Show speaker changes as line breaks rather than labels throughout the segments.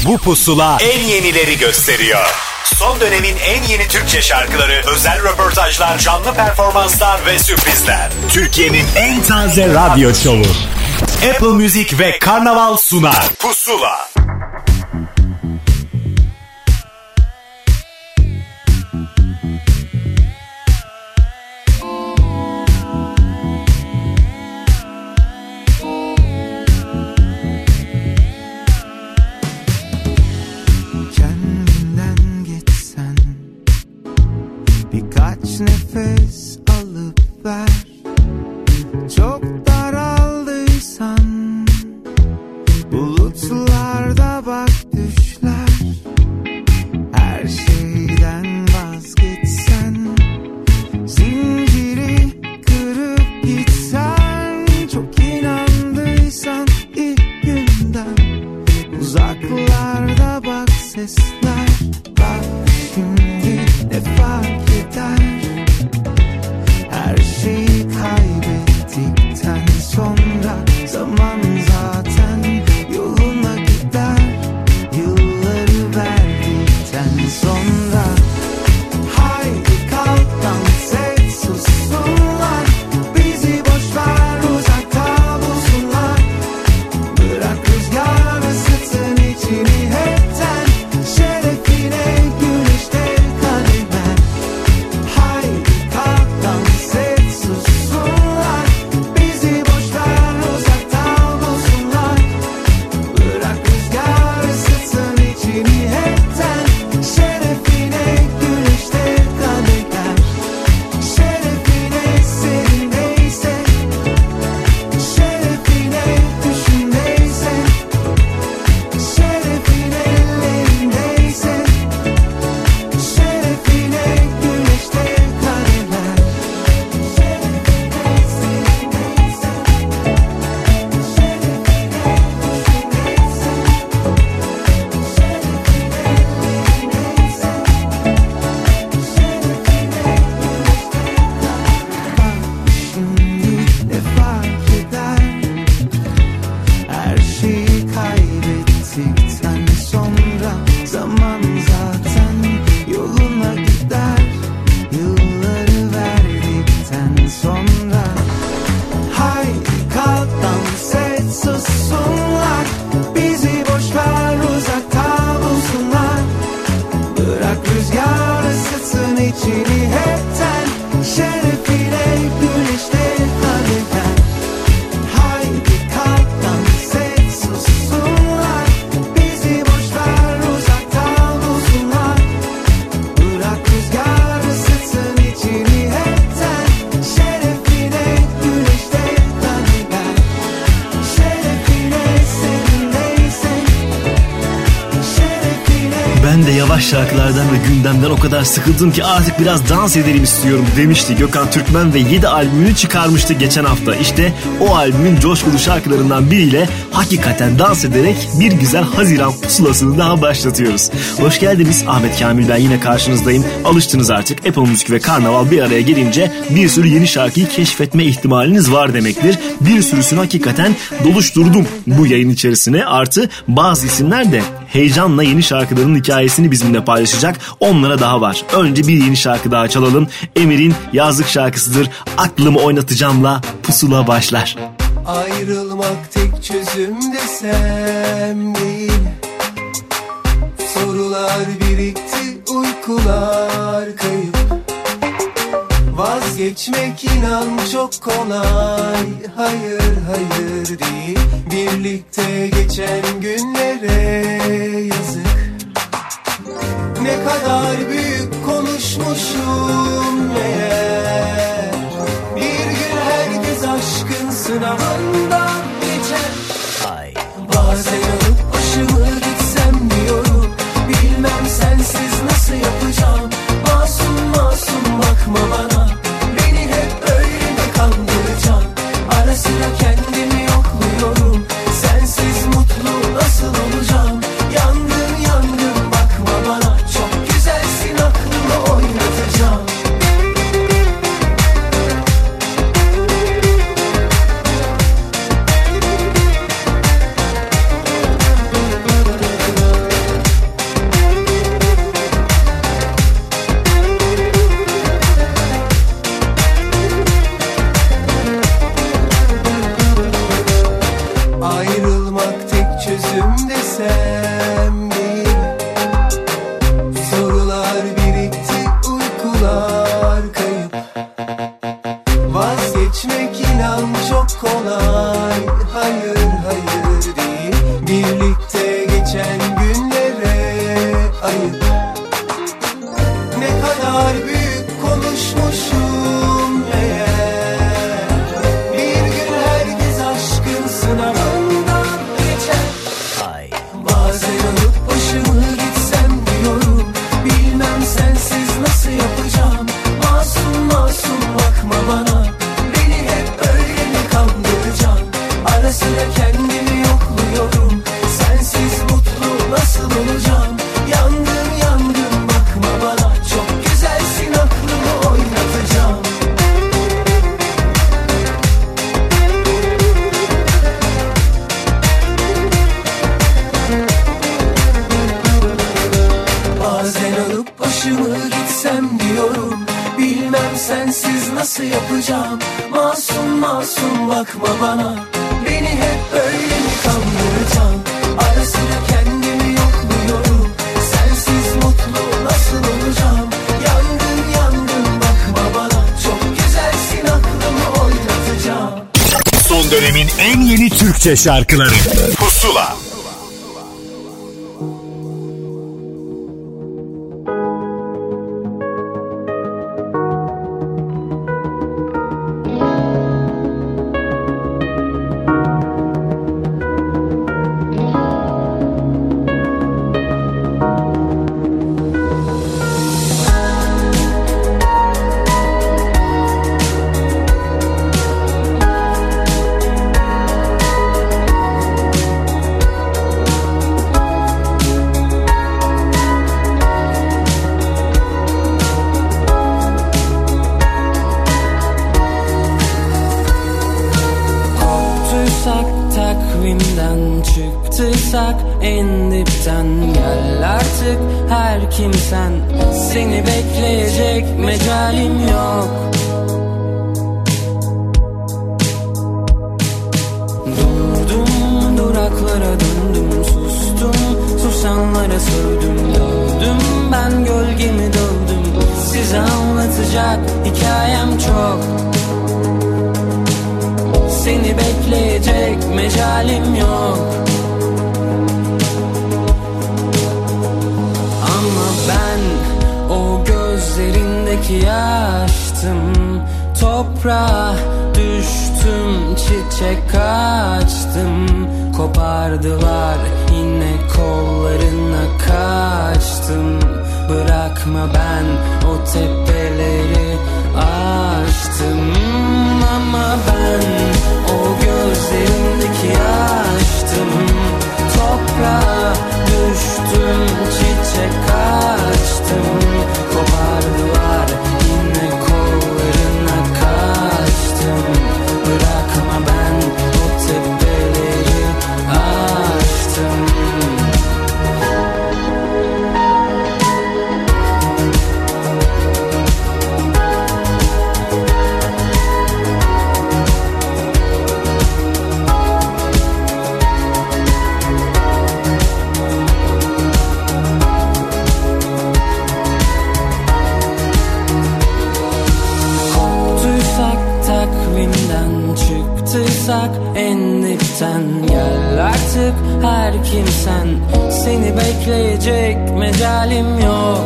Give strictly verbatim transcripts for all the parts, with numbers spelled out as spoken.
Bu pusula en yenileri gösteriyor. Son dönemin en yeni Türkçe şarkıları, özel röportajlar, canlı performanslar ve sürprizler. Türkiye'nin en taze radyo şovu. Apple Music ve Karnaval sunar. Pusula.
Nefes alıp ver. Çok daraldıysan bulutlarda bak düşler. Her şeyden vazgeçsen, zinciri kırıp gitsen, çok inandıysan ilk günden uzaklarda bak sesler. Bak şimdi ne fark eder? Her şeyi kaybettikten sonra zaman zaten yoluna gider. Yılları verdikten sonra haydi kalk dans et, sussunlar. Bizi boşver, uzakta bulsunlar. Bırak rüzgar ısıtsın içini hepten. Şerefine güneşte kadehler. Haydi kalk dans et, sussunlar. Bizi boşver, uzakta bulsunlar. Bırak rüzgar ısıtsın içini hepten. Şerefine güneşte kadehler. Şerefine serindeyse, şerefine düşündeyse, şerefine ellerindeyse, şerefine güneşte kadehler. Şimdi ne fark eder? Her şeyi kaybettikten sonra zaman zaten yoluna gider. Yılları verdikten sonra haydi kalk dans et, sussunlar. Bizi boşver, uzakta bulsunlar. Bırak rüzgar ısıtsın içini hepten. Şerefine güneşte kadehler. Haydi kalk dans et, sussunlar. Bizi boşver, uzakta bulsunlar. Bırak rüzgar ısıtsın içini hepten. Şerefine güneşte kadehler. Şerefine serindeyse, şerefine.
Ben de yavaş şarkılardan ve gündemden o kadar sıkıldım ki artık biraz dans edelim istiyorum demişti Gökhan Türkmen ve yedi albümünü çıkarmıştı geçen hafta. İşte o albümün coşkulu şarkılarından biriyle hakikaten dans ederek bir güzel Haziran pusulasını daha başlatıyoruz. Hoş geldiniz, Ahmet Kamil ben yine karşınızdayım. Alıştınız artık, Apple Music ve Karnaval bir araya gelince bir sürü yeni şarkıyı keşfetme ihtimaliniz var demektir. Bir sürüsünü hakikaten doluşturdum bu yayın içerisine. Artı bazı isimler de heyecanla yeni şarkılarının hikayesini bizimle paylaşacak. Onlara daha var. Önce bir yeni şarkı daha çalalım. Emir'in yazlık şarkısıdır. Aklımı oynatacağımla pusula başlar.
Ayrılmak tek çözüm desem değil. Sorular birikti, uykular kayıp. Vazgeçmek inan çok kolay. Hayır hayır değil. Birlikte geçen günlere yazık. Ne kadar büyük konuşmuşum meğer. Bir gün herkes aşkın sınavından geçer. Ay. Bazen alıp başımı gitsem diyorum. Bilmem sensiz nasıl yapacağım. Masum masum bakma bana. Beni hep öyle mi kandıracaksın? Ara sıra kendimi yokluyorum. Sensiz mutlu nasıl olacağım? gitsem değil. Sorular birikti, uykular kayıp. Vazgeçmek inan çok kolay. Hayır hayır değil. Birlikte geçen günlere ayıp. Ne kadar büyük konuşmuşum meğer. Bir gün herkes aşkın sınavından geçer. Ay. Bazen alıp başımı gitsem diyorum. Bilmem sensiz nasıl yapacağım. Masum masum bakma bana. Beni hep öyle mi kandıracaksın? Ara sıra kendimi yokluyorum. Sensiz mutlu nasıl olacağım? Yandım yandım bakma bana. Çok güzelsin aklımı oynatacağım. Bazen alıp başımı gitsem diyorum. Bilmem sensiz nasıl yapacağım. Masum masum bakma bana. Beni hep böyle mi kandıracaksın? Ara sıra kendimi yokluyorum. Sensiz mutlu nasıl olacağım? Yandım yandım bakma bana. Çok güzelsin aklımı oynatacağım.
Son dönemin en yeni Türkçe şarkıları Pusula.
Koptuysak takvimden, çıktıysak en dipten, gel artık her kimsen. Seni bekleyecek mecalim yok. Durdum, duraklara döndüm, sustum, susanlara sövdüm, dövdüm, ben gölgemi dövdüm. Size anlatacak hikayem çok. Seni bekleyecek mecalim yok. Ama ben o gözlerindeki yaştım. Toprağa düştüm, çiçek açtım. Kopardılar yine kollarına kaçtım. Bırakma ben o tepeleri aştım. Ama ben o gözlerindeki yaştım. Toprağa düştüm, çiçek açtım. Kopardılar yine kollarına kaçtım. Bırakma ben o tepeleri aştım. Takvimden, çıktıysak en dipten, gel artık her kimsen. Seni bekleyecek mecalim yok.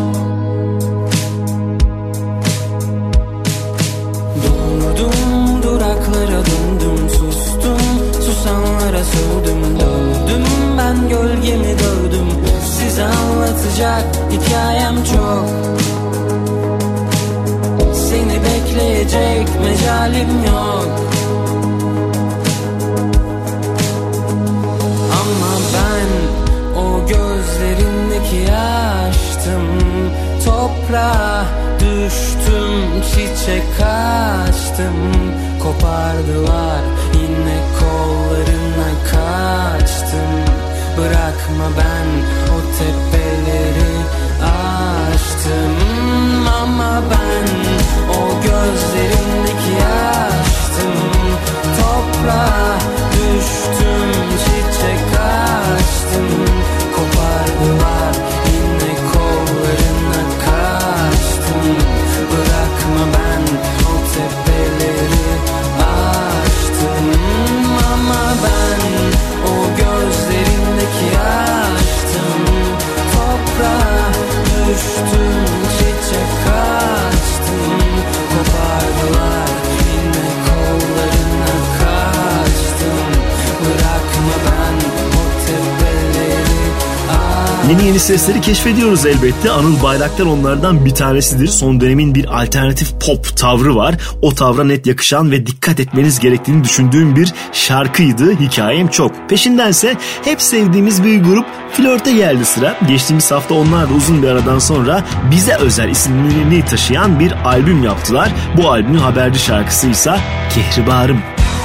Durdum, duraklara döndüm, sustum, susanlara sövdüm, dövdüm, ben gölgemi dövdüm. Size anlatacak hikayem çok. Seni bekleyecek mecalim yok. Ama ben o gözlerindeki yaştım. Toprağa düştüm, çiçek açtım. Kopardılar yine kollarına kaçtım. Bırakma ben o tepeleri aştım. Ama ben o gözlerindeki yaştım. Toprağa düştüm, çiçek açtım.
Yeni yeni sesleri keşfediyoruz elbette. Anıl Bayraktar onlardan bir tanesidir. Son dönemin bir alternatif pop tavrı var. O tavra net yakışan ve dikkat etmeniz gerektiğini düşündüğüm bir şarkıydı. Hikayem çok. Peşindense hep sevdiğimiz bir grup Flört'e geldi sıra. Geçtiğimiz hafta onlar da uzun bir aradan sonra Bize Özel isimlerini taşıyan bir albüm yaptılar. Bu albümün haberci şarkısıysa Kehribarım.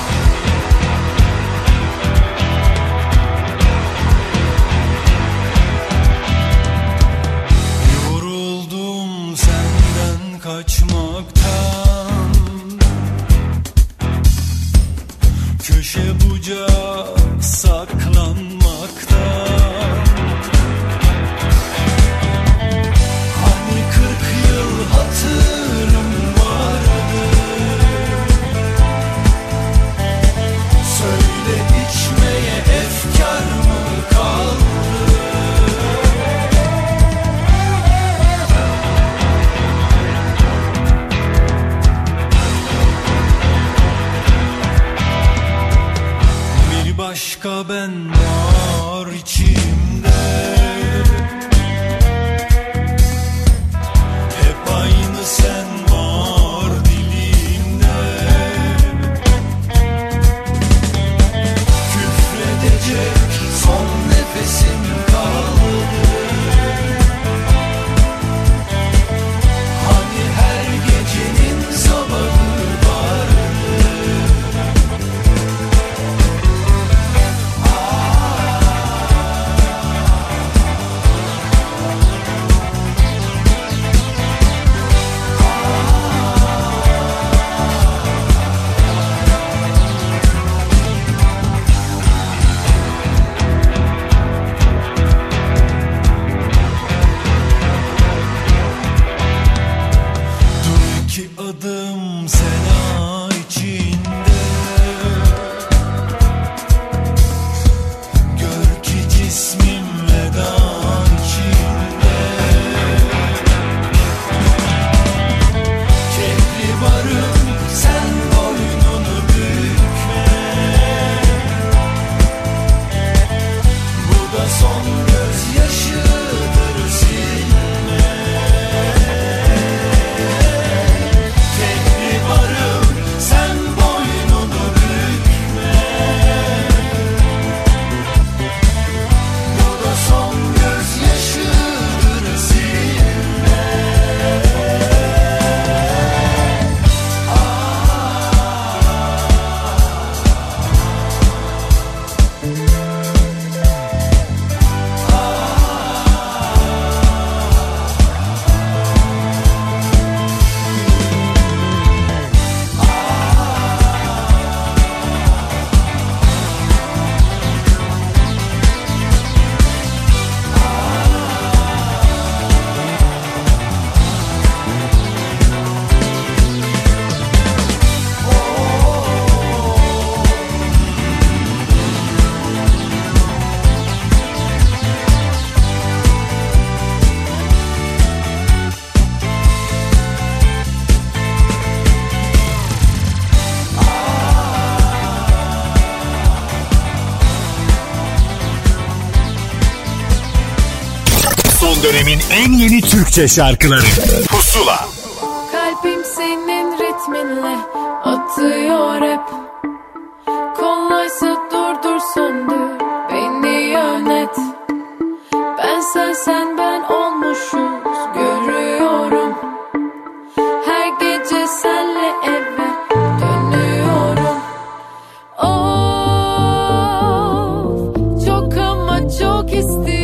Dönemin en yeni Türkçe şarkıları Pusula.
Kalbim senin ritminle atıyor hep. Kollaysa durdur söndür beni yönet. Ben sen sen ben olmuşuz görüyorum. Her gece senle eve dönüyorum. Of çok ama çok istiyorum.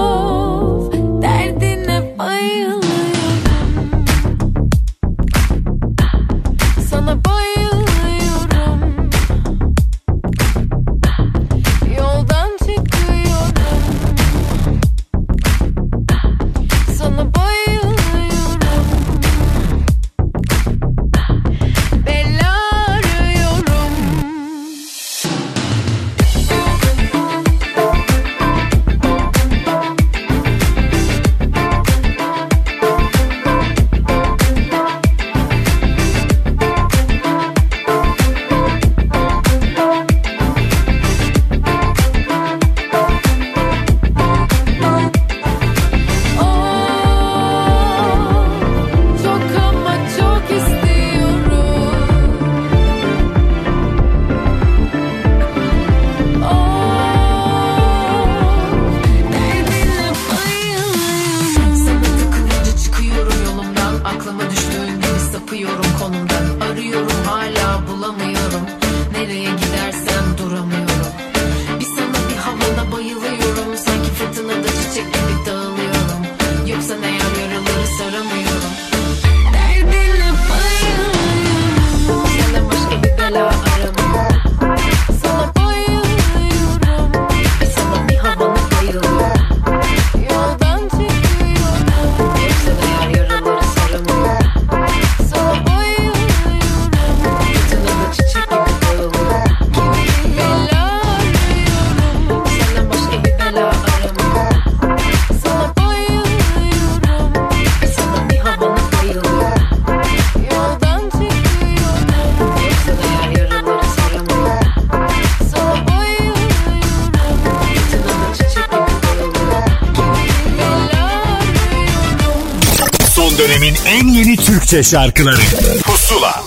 Of derdine bayılıyorum.
dönemin en yeni Türkçe şarkıları Pusula.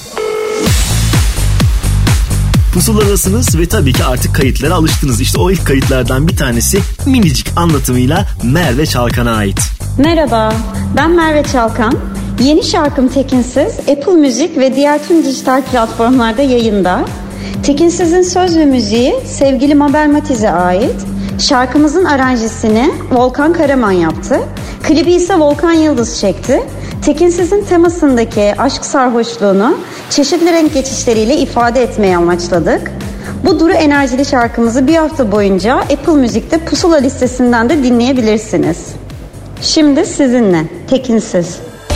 Pusuladasınız ve tabii ki artık kayıtlara alıştınız. İşte o ilk kayıtlardan bir tanesi minicik anlatımıyla Merve Çalkan'a ait.
Merhaba, ben Merve Çalkan. Yeni şarkım Tekinsiz, Apple Müzik ve diğer tüm dijital platformlarda yayında. Tekinsiz'in söz ve müziği sevgili Mabel Matiz'e ait. Şarkımızın aranjesini Volkan Karaman yaptı. Klibi ise Volkan Yıldız çekti. Tekinsiz'in temasındaki aşk sarhoşluğunu çeşitli renk geçişleriyle ifade etmeye amaçladık. Bu duru enerjili şarkımızı bir hafta boyunca Apple Müzik'te Pusula listesinden de dinleyebilirsiniz. Şimdi sizinle Tekinsiz.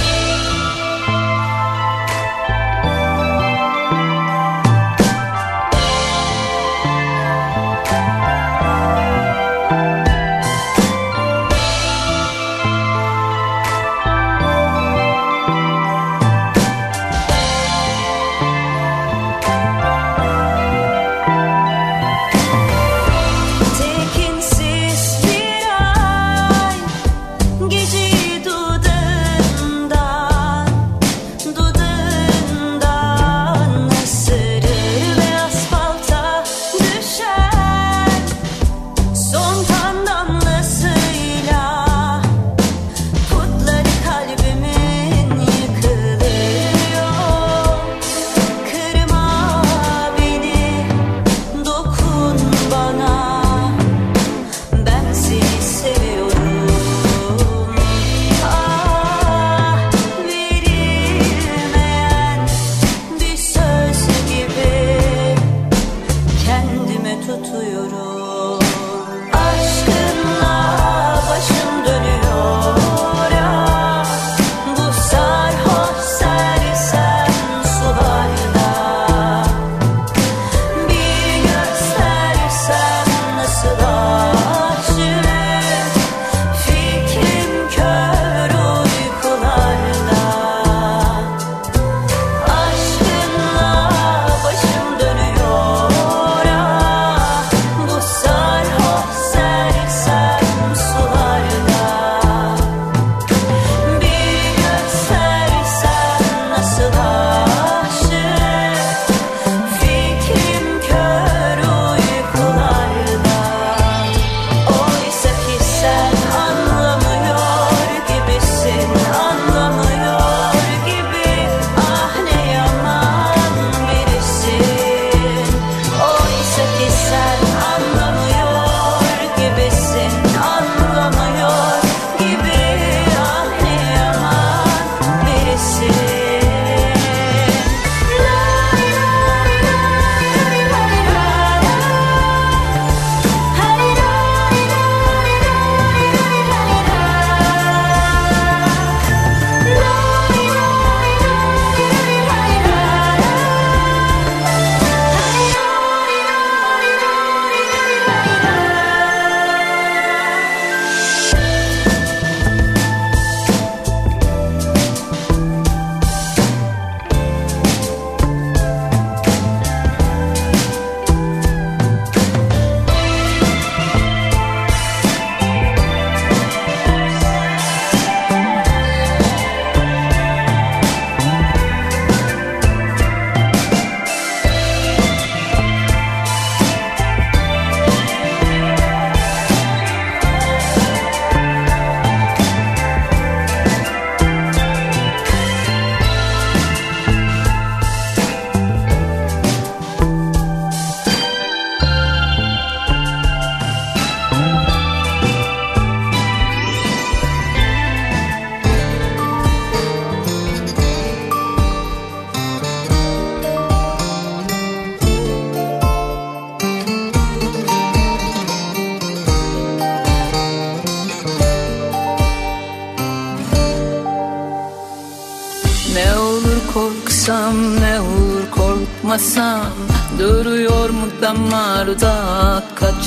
Korksam ne olur korkmasam, duruyor mu damarda, kaçak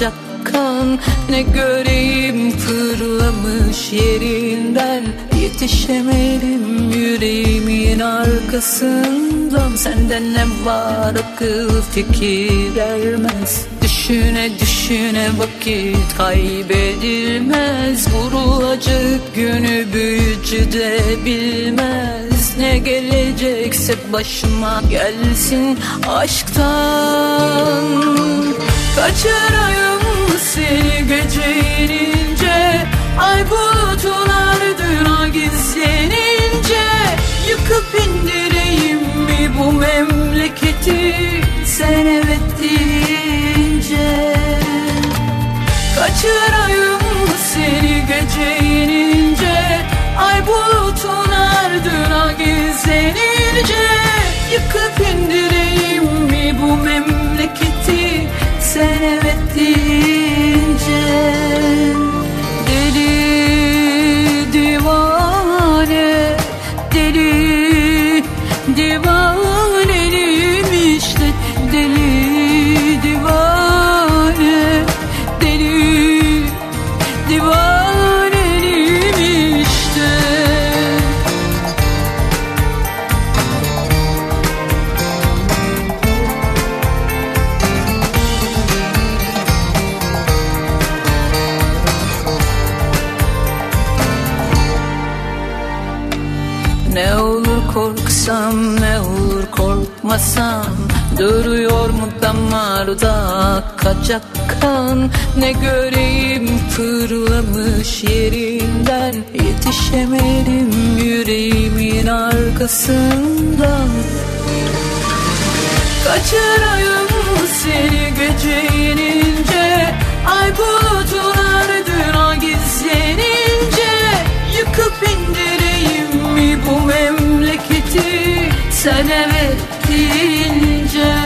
akan. Ne göreyim fırlamış yerinden, yetişemedim yüreğimin arkasından. Senden ne var akıl fikir ermez, düşüne düşüne vakit kaybedilmez. Vurulacak günü büyücü de bilmez. Ne gelecekse başıma gelsin aşktan. Kaçırayım seni gece inince, ay bulutun ardına gizlenince. Yıkıp indireyim mi bu memleketi sen evet deyince. Kaçırayım seni gece inince, ay bulutun ardına gizlenince. Yıkıp indireyim mi bu memleketi sen evet deyince. Deli divane, deli divaneyim işte. Deli divane, deli divaneyim işte. Ne olur korksam, ne olur korkmasam, duruyor mu damarda akacak kan. Ne göreyim fırlamış yerinden, yetişemedim yüreğimin arkasından. Kaçırayım seni gece inince, ay bulutun ardına gizlenince. Yıkıp indireyim mi bu memleketi sen evet deyince.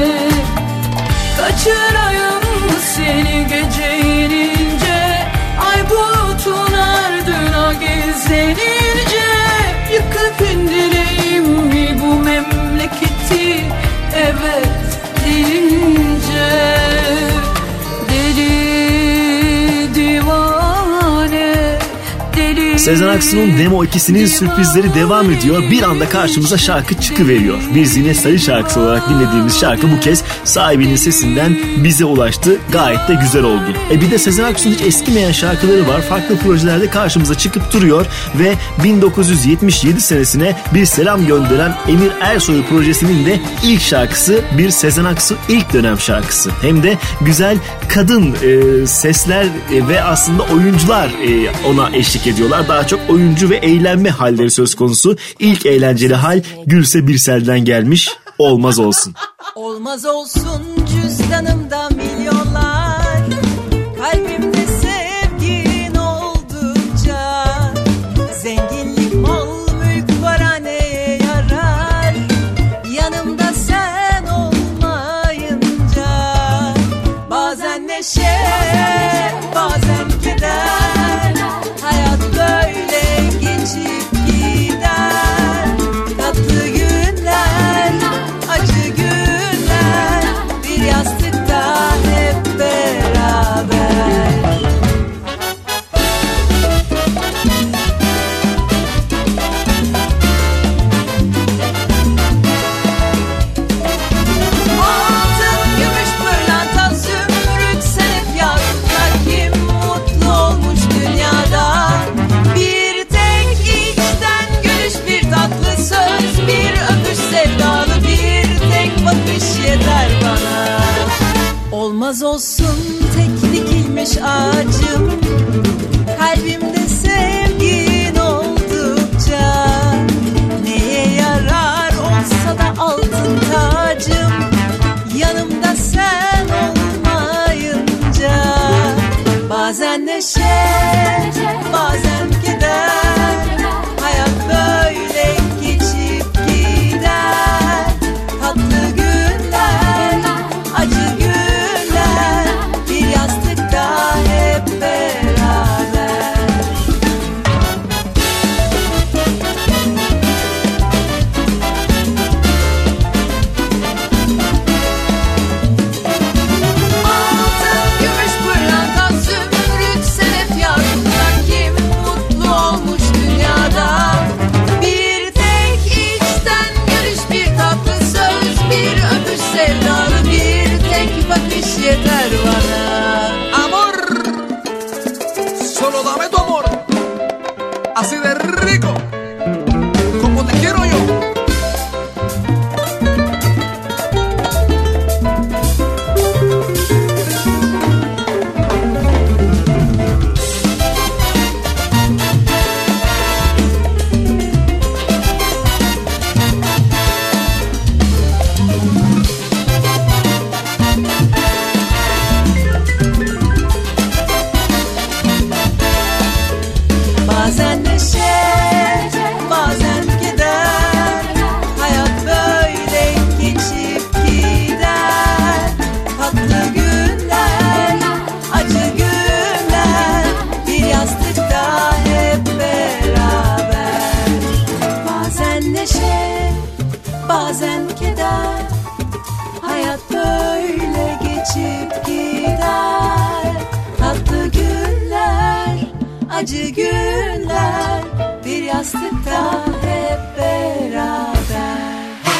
Kaçırayım seni gece inince, ay bulutun ardına gizlenince. Yıkıp indireyim mi bu memleketi evet deyince. Deli divane, deli.
Sezen Aksu'nun Demo ikisinin sürprizleri devam ediyor. Bir anda karşımıza şarkı çıkıveriyor. Biz yine Sarı şarkısı olarak dinlediğimiz şarkı bu kez sahibinin sesinden bize ulaştı. Gayet de güzel oldu. E bir de Sezen Aksu'nun hiç eskimeyen şarkıları var. Farklı projelerde karşımıza çıkıp duruyor ve bin dokuz yüz yetmiş yedi senesine bir selam gönderen Emir Ersoy projesinin de ilk şarkısı bir Sezen Aksu ilk dönem şarkısı. Hem de güzel kadın e, sesler e, ve aslında oyuncular e, ona eşlik ediyorlar. Daha çok oyuncu ve eğlenme halleri söz konusu. İlk eğlenceli hal Gülse Birsel'den gelmiş. Olmaz olsun.
Olmaz olsun cüzdanımda milyonlar, kalbimde sevgin oldukça. Zenginlik, mal, mülk, para neye yarar, yanımda sen olmayınca. Bazen neşe, bazen keder, hayat böyle geçip gider. Tatlı günler, acı günler, bir yastıkta hep beraber. Altın, gümüş, pırlanta, zümrüt, sen hep yakutlar. Kim mutlu olmuş dünyada? Bir tek içten gülüş, bir tatlı söz, bir öpüş sevdalı, bir tek bakış yeter bana. Olmaz olsun tek dikilmiş ağacım, kalbimde sevgin oldukça. Neye yarar olsa da altın tacım, yanımda sen olmayınca. Bazen neşe, bazen keder, hayat böyle geçip gider. Tatlı günler, acı günler, bir yastıkta hep beraber. Altın, gümüş, pırlanta, acı günler bir yastıkta hep beraber.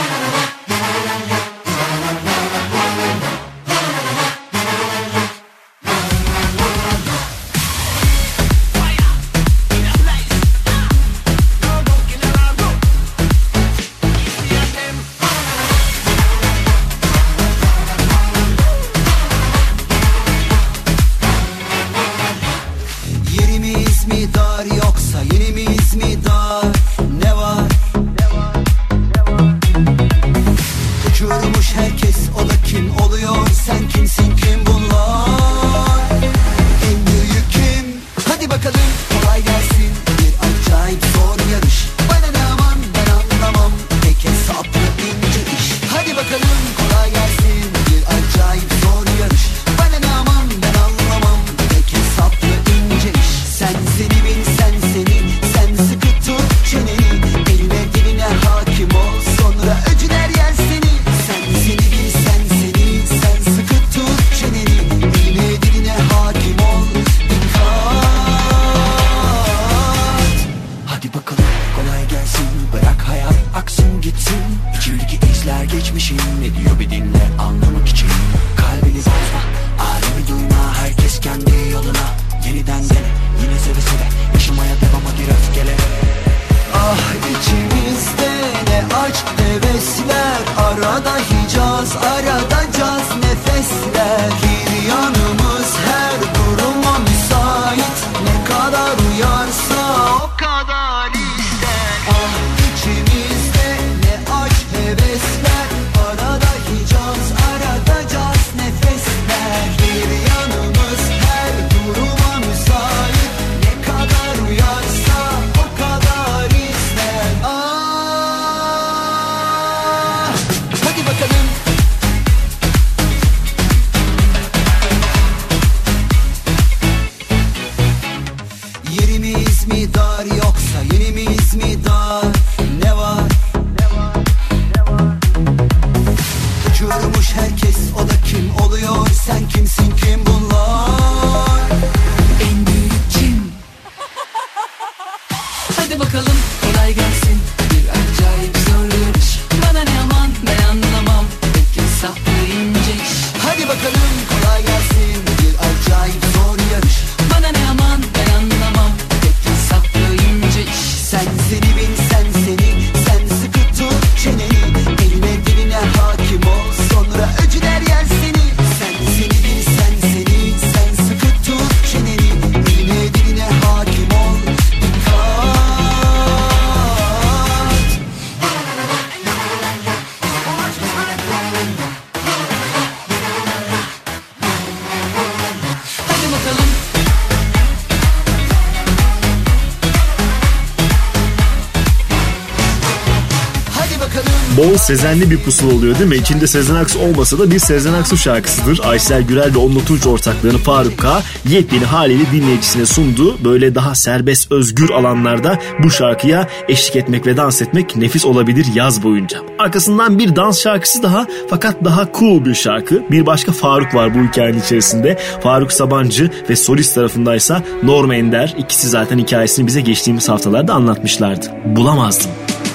Bol Sezenli bir pusula oluyor değil mi? İçinde Sezen Aksu olmasa da bir Sezen Aksu şarkısıdır. Aysel Gürel ve Onur Tunç ortaklığını Faruk K yepyeni haliyle dinleyicisine sundu. Böyle daha serbest, özgür alanlarda bu şarkıya eşlik etmek ve dans etmek nefis olabilir yaz boyunca. Arkasından bir dans şarkısı daha, fakat daha cool bir şarkı. Bir başka Faruk var bu hikayenin içerisinde. Faruk Sabancı ve solist tarafındaysa Norm Ender. İkisi zaten hikayesini bize geçtiğimiz haftalarda anlatmışlardı. Bulamazdım.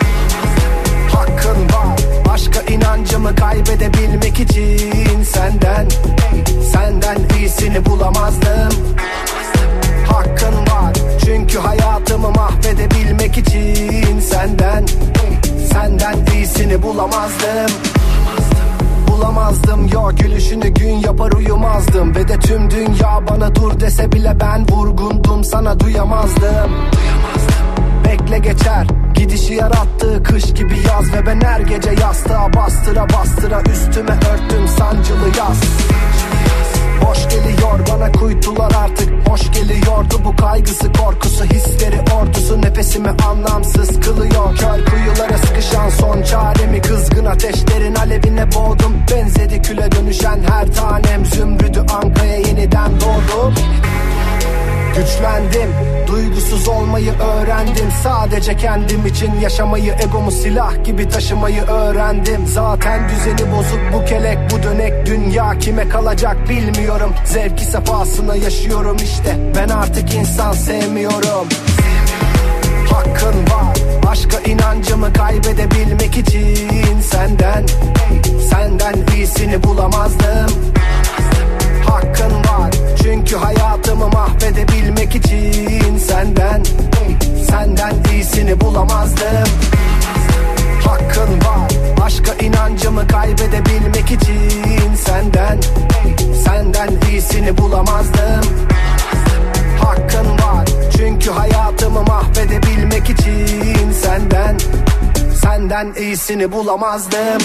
İnancımı kaybedebilmek için senden, senden iyisini bulamazdım. Hakkın var çünkü hayatımı mahvedebilmek için senden, senden iyisini bulamazdım. Bulamazdım ya, gülüşünü gün yapar uyumazdım. Ve de tüm dünya bana dur dese bile ben vurgundum, sana duyamazdım. Bekle geçer gidişi yarattığı kış gibi yaz. Ve ben her gece yastığa bastıra bastıra üstüme örttüm sancılı yaz. Boş geliyor bana kuytular artık, hoş geliyordu bu kaygısı korkusu. Hisleri ordusu nefesimi anlamsız kılıyor. Kör kuyulara sıkışan son çaremi, kızgın ateşlerin alevine boğdum. Benzedi küle dönüşen her tanem, zümrüdü ankaya yeniden doğdum. Güçlendim, Duygusuz olmayı öğrendim. Sadece kendim için yaşamayı, egomu silah gibi taşımayı öğrendim. Zaten düzeni bozuk bu kelek, bu dönek dünya kime kalacak bilmiyorum. Zevki sefasına yaşıyorum işte. Ben artık insan sevmiyorum. Hakkın var aşka inancımı kaybedebilmek için. Senden, senden iyisini bulamazdım. Hakkın var çünkü hayatımı mahvedebilmek için. Senden, senden iyisini bulamazdım. Hakkın var aşka inancımı kaybedebilmek için. Senden, senden iyisini bulamazdım. Hakkın var çünkü hayatımı mahvedebilmek için. Senden, senden iyisini bulamazdım.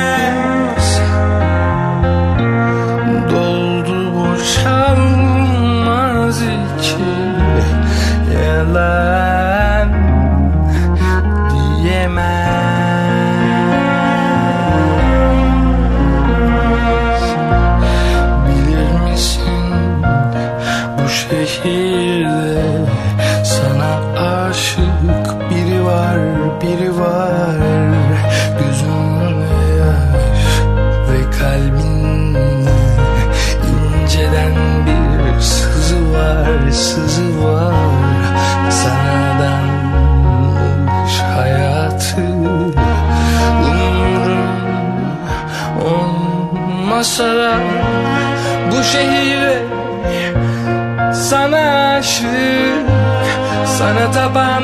Doldu boşaldı olmasa da bu şehirde sana aşık, sana tapan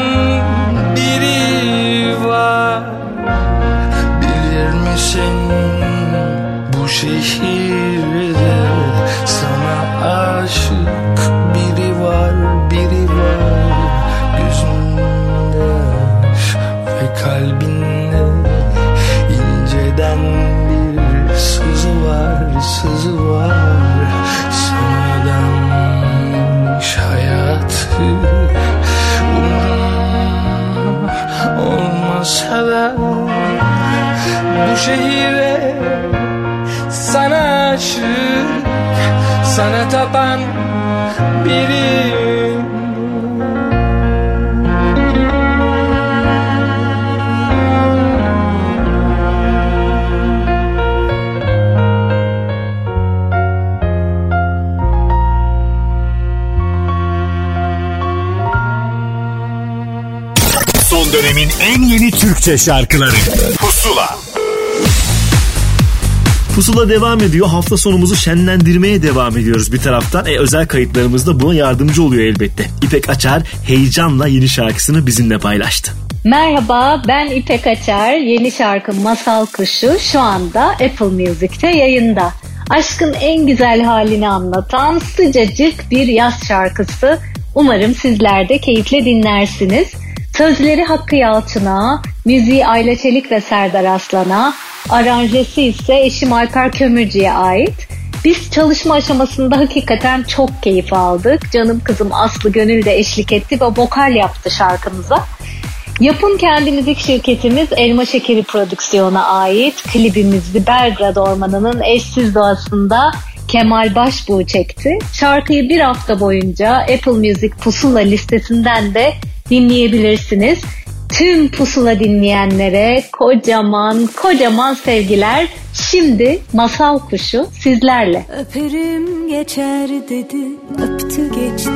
biri var. Bilir misin bu şehirde sana aşık biri var, biri var. Gözünde ve kalbinde inceden bir sızı var, sızı var. Sana adanmış hayatı umrum olmasa da bu şehirde sana aşık, sana tapan biri.
Son dönemin en yeni Türkçe şarkıları Pusula.
Pusula devam ediyor. Hafta sonumuzu şenlendirmeye devam ediyoruz bir taraftan. E, özel kayıtlarımız da buna yardımcı oluyor elbette. İpek Açar heyecanla yeni şarkısını bizimle paylaştı.
Merhaba, ben İpek Açar. Yeni şarkım Masal Kuşu şu anda Apple Music'te yayında. Aşkın en güzel halini anlatan sıcacık bir yaz şarkısı. Umarım sizler de keyifle dinlersiniz. Sözleri Hakkı Yalçın'a, müziği Ayla Çelik ve Serdar Aslan'a, aranjesi ise eşim Alper Kömürcü'ye ait. Biz çalışma aşamasında hakikaten çok keyif aldık. Canım kızım Aslı Gönül de eşlik etti ve vokal yaptı şarkımıza. Yapım kendi müzik şirketimiz Elma Şekeri Prodüksiyon'a ait. Klibimizi Belgrad Ormanı'nın eşsiz doğasında Kemal Başbuğ çekti. Şarkıyı bir hafta boyunca Apple Music Pusula listesinden de dinleyebilirsiniz. Tüm Pusula dinleyenlere kocaman kocaman sevgiler. Şimdi Masal Kuşu sizlerle.
Öperim geçer dedi, öptü geçti.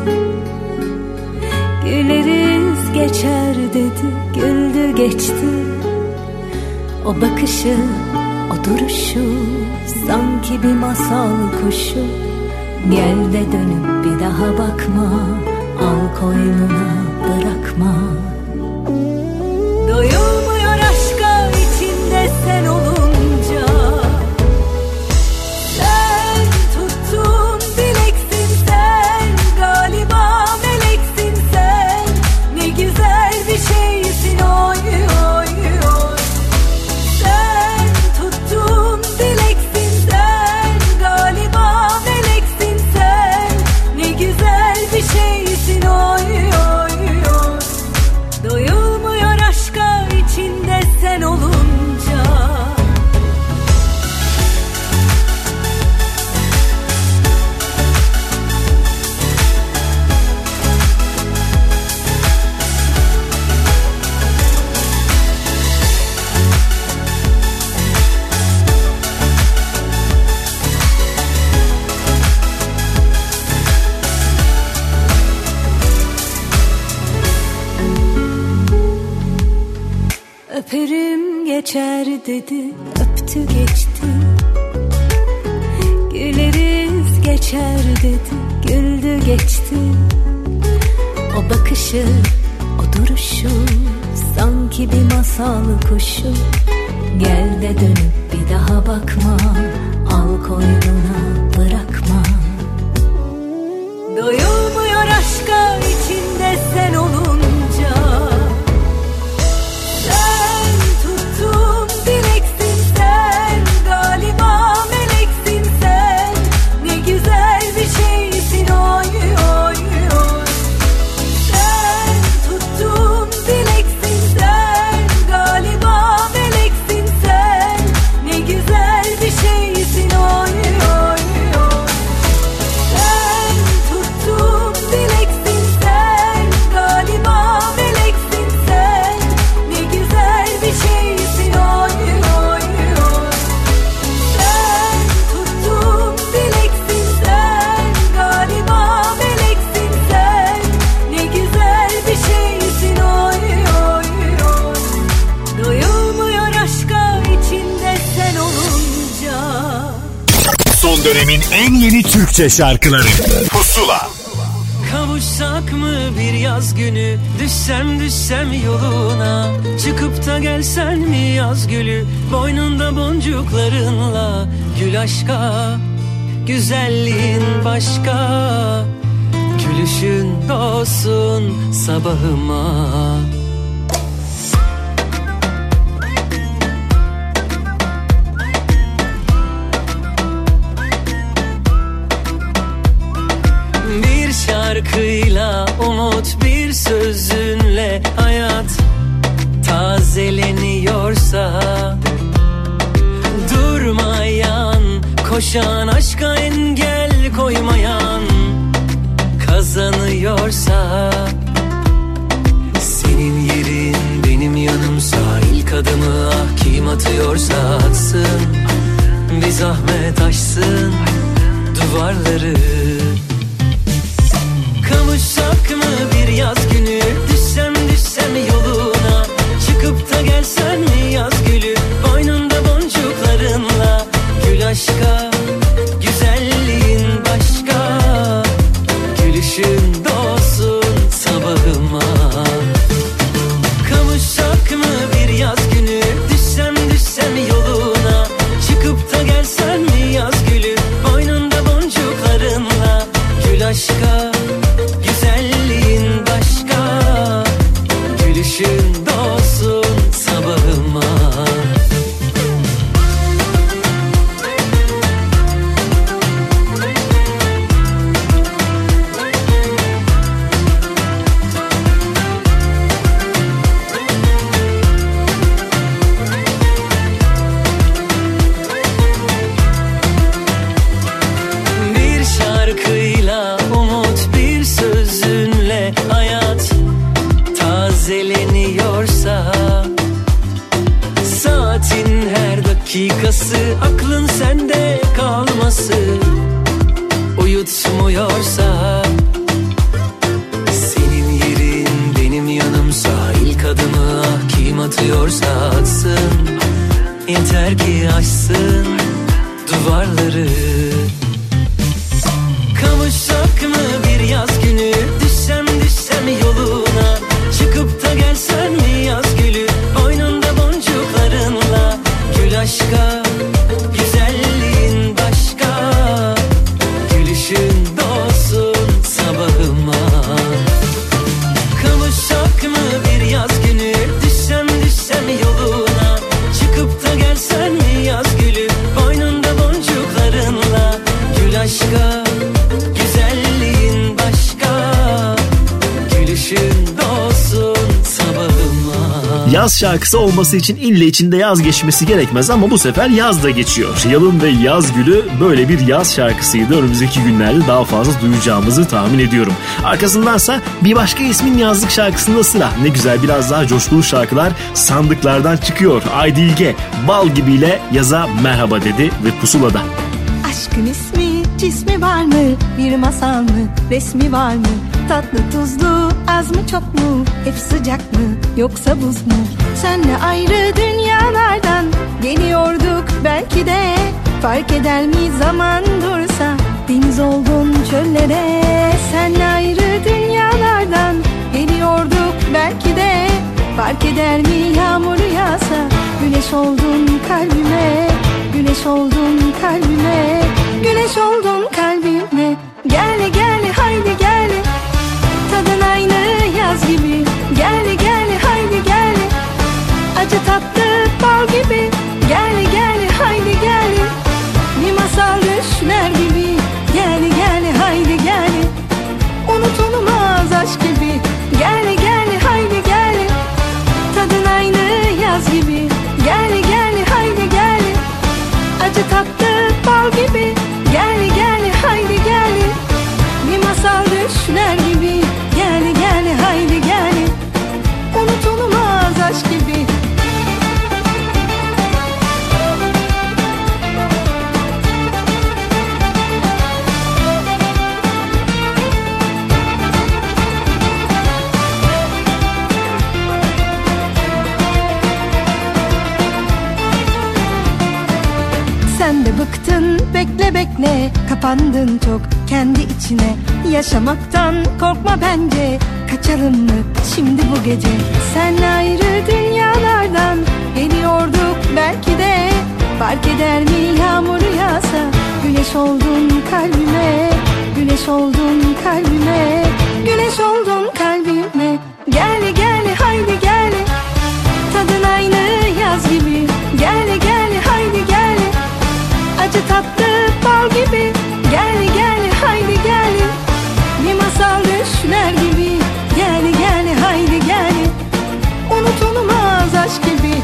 Güleriz geçer dedi, güldü geçti. O bakışı, o duruşu, sanki bir masal kuşu. Gel de dönüp bir daha bakma, al koynuna bırakma. Doyulmuyor aşka içinde sen olunca. Sen tuttun bileksin sen, galiba meleksin sen. Ne güzel bir şeysin oy oy oy. Sen tuttun bileksin sen, galiba meleksin sen. Ne güzel bir şeysin oy oy oy. Doyulmuyor aşka içinde sen olunca. Öperim geçer dedi, öptü geçti. Güleriz geçer dedi, güldü geçti. O bakışı, o duruşu, sanki bir masal kuşu. Gel de dönüp bir daha bakma, al koynuna bırakma. Doyulmuyor aşka içinde sen olunca. Galiba meleksin sen, ne güzel bir şeysin oy
Son dönemin en yeni Türkçe şarkıları Pusula.
Kavuşsak mı bir yaz günü, düşsem düşsem yoluna, çıkıp da gelsen mi yaz gülü, boynunda boncuklarınla, gül aşka, güzelliğin başka, gülüşün doğsun sabahıma. Şarkıyla umut, bir sözünle hayat tazeleniyorsa, durmayan, koşan, aşka engel koymayan kazanıyorsa, senin yerin benim yanımsa, ilk adımı ah kim atıyorsa atsın, bir zahmet aşsın duvarları. Kavuşsak mı bir yaz günü, düşsem düşsem yoluna, çıkıp da gelsen mi yaz gülü, boynunda boncuklarınla, gül aşka, güzelliğin başka, gülüşün doğsun sabahıma. Kavuşsak mı bir yaz günü, düşsem düşsem yoluna, çıkıp da gelsen mi yaz gülü, boynunda boncuklarınla, gül aşka, gülüşün doğsun sabahıma. Bir şarkıyla umut, bir sözünle hayat tazeleniyorsa, saatin her dakikası, aklın sende kalması uyutmuyorsa, senin yerin benim yanımsa, ilk adımı ah kim atıyorsa atsın, yeter ki aşsın duvarları. Kavuşsak mı bir yaz günü, düşsem düşsem yoluna, çıkıp da gelsen mi yaz gülü, boynunda boncuklarınla, gül aşka, güzelliğin başka, gülüşün doğsun sabahıma. Kavuşsak mı bir yaz günü, düşsem düşsem yoluna, çıkıp da gelsen mi yaz gülü, boynunda boncuklarınla, gül aşka, güzelliğin başka, gülüşün doğsun sabahıma.
Yaz şarkısı olması için ille içinde yaz geçmesi gerekmez ama bu sefer yaz da geçiyor. Yalın ve Yaz Gülü böyle bir yaz şarkısıydı. Önümüzdeki günlerde daha fazla duyacağımızı tahmin ediyorum. Arkasındansa bir başka ismin yazlık şarkısında sıra. Ne güzel, biraz daha coşkulu şarkılar sandıklardan çıkıyor. Aydilge Bal Gibi'yle yaza merhaba dedi ve Pusula'da.
Aşkın ismi, cismi var mı? Bir masal mı? Resmi var mı? Tatlı tuzlu, az mı çok mu? Hep sıcak mı? Yoksa buz mu? Senle ayrı dünyalardan geliyorduk belki de. Fark eder mi zaman dursa? Deniz oldun çöllere. Senle ayrı dünyalardan geliyorduk belki de. Fark eder mi yağmur yağsa? Güneş oldun kalbime. Güneş oldun kalbime. Güneş oldun kalbime. Gel gel haydi gel. Tadın aynı yaz gibi. Gel gel haydi gel. Acı tatlı bal gibi. Gel gel haydi gel. Bir masal düşler gibi. Gel gel haydi gel. Unutulmaz aşk gibi. Gel gel haydi gel. Tadın aynı yaz gibi. Gel gel haydi gel. Acı tatlı bal gibi. Gel gel bekle bekle, kapandın çok kendi içine. Yaşamaktan korkma bence, kaçalım mı şimdi bu gece? Senle ayrı dünyalardan geliyorduk belki de. Fark eder mi yağmur yağsa? Güneş oldun kalbime, güneş oldun kalbime, güneş oldun kalbime. Gel gel haydi gel, tadın aynı yaz gibi. Gel gel haydi gel, acı tatlı bal gibi. Gel gel haydi gel, bir masal düşler gibi. Gel gel haydi gel, unutulmaz aşk gibi.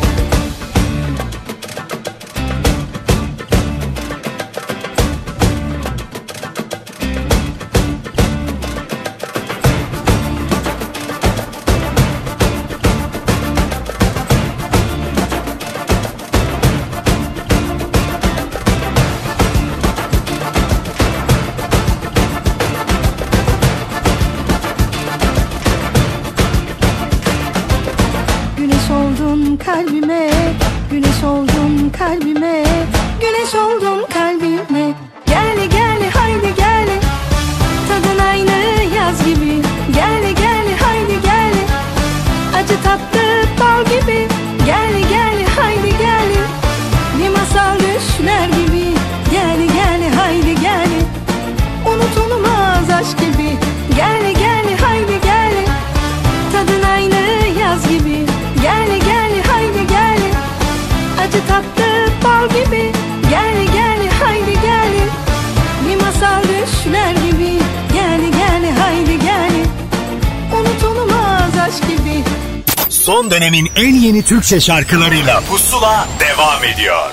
Kalbime, güneş oldun kalbime, güneş oldun kalbime. Gel gel haydi gel, tadın aynı yaz gibi. Gel gel haydi gel, acı tatlı bal gibi. Gel gel haydi gel, bir masal düşler gibi. Gel gel haydi gel, unutulmaz aşk gibi. Gel gel haydi gel, tadın aynı yaz gibi. Gel gel haydi gel, acı tatlı bal gibi. Gel gel haydi gel, bir masal düşler gibi. Gel gel haydi gel, unutulmaz aşk gibi.
Son dönemin en yeni Türkçe şarkılarıyla Pusula devam ediyor.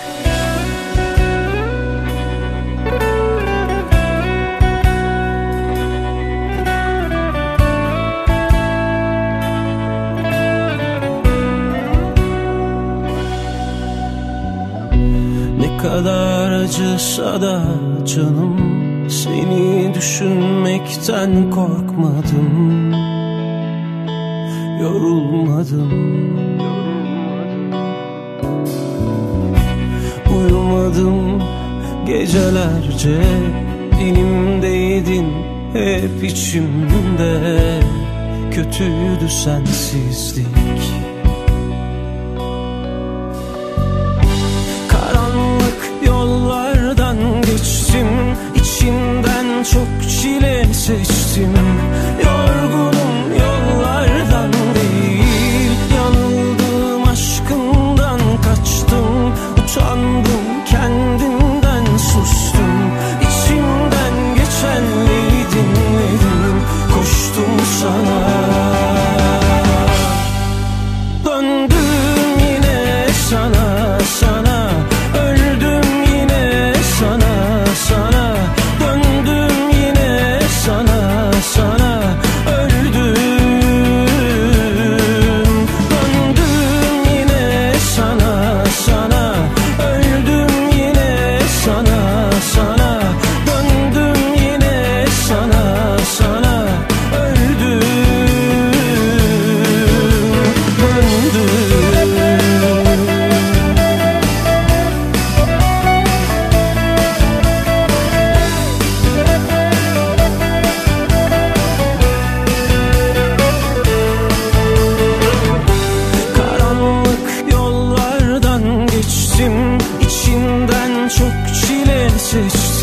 Ne kadar acısa da canım, seni düşünmekten korkmadım, yorulmadım. Uyumadım gecelerce, dilimdeydin hep içimde. Kötüydü sensizlik. Geçtim, içinden çok çile seçtim. Yorgunum yollardan değil, yanıldım aşkından kaçtım. Utandım kendimden sustum, içimden geçenleri dinledim. Koştum sana, döndüm yine sana, sana. Öldüm yine sana, sana. Döndüm yine sana, sana. Öldüm, döndüm yine sana, sana. Öldüm yine sana, sana. Döndüm yine sana, sana. Öldüm, döndüm. İçinden çok çile seçtim.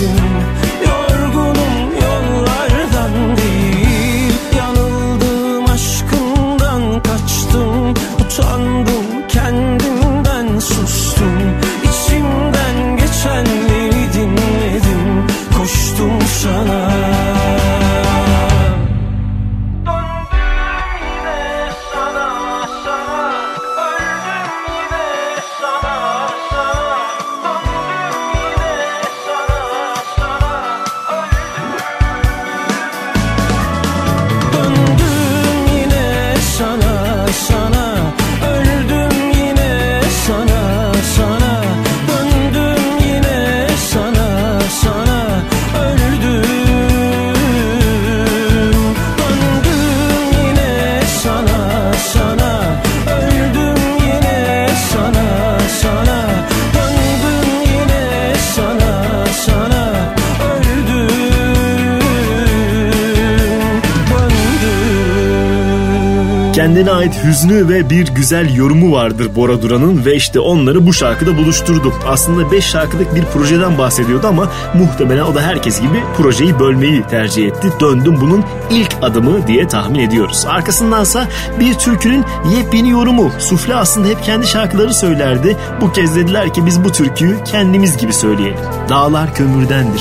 Kendine ait hüznü ve bir güzel yorumu vardır Bora Duran'ın ve işte onları bu şarkıda buluşturdu. Aslında beş şarkılık bir projeden bahsediyordu ama muhtemelen o da herkes gibi projeyi bölmeyi tercih etti. Döndüm bunun ilk adımı diye tahmin ediyoruz. Arkasındansa bir türkünün yepyeni yorumu. Sufle aslında hep kendi şarkıları söylerdi. Bu kez dediler ki biz bu türküyü kendimiz gibi söyleyelim. Dağlar kömürdendir.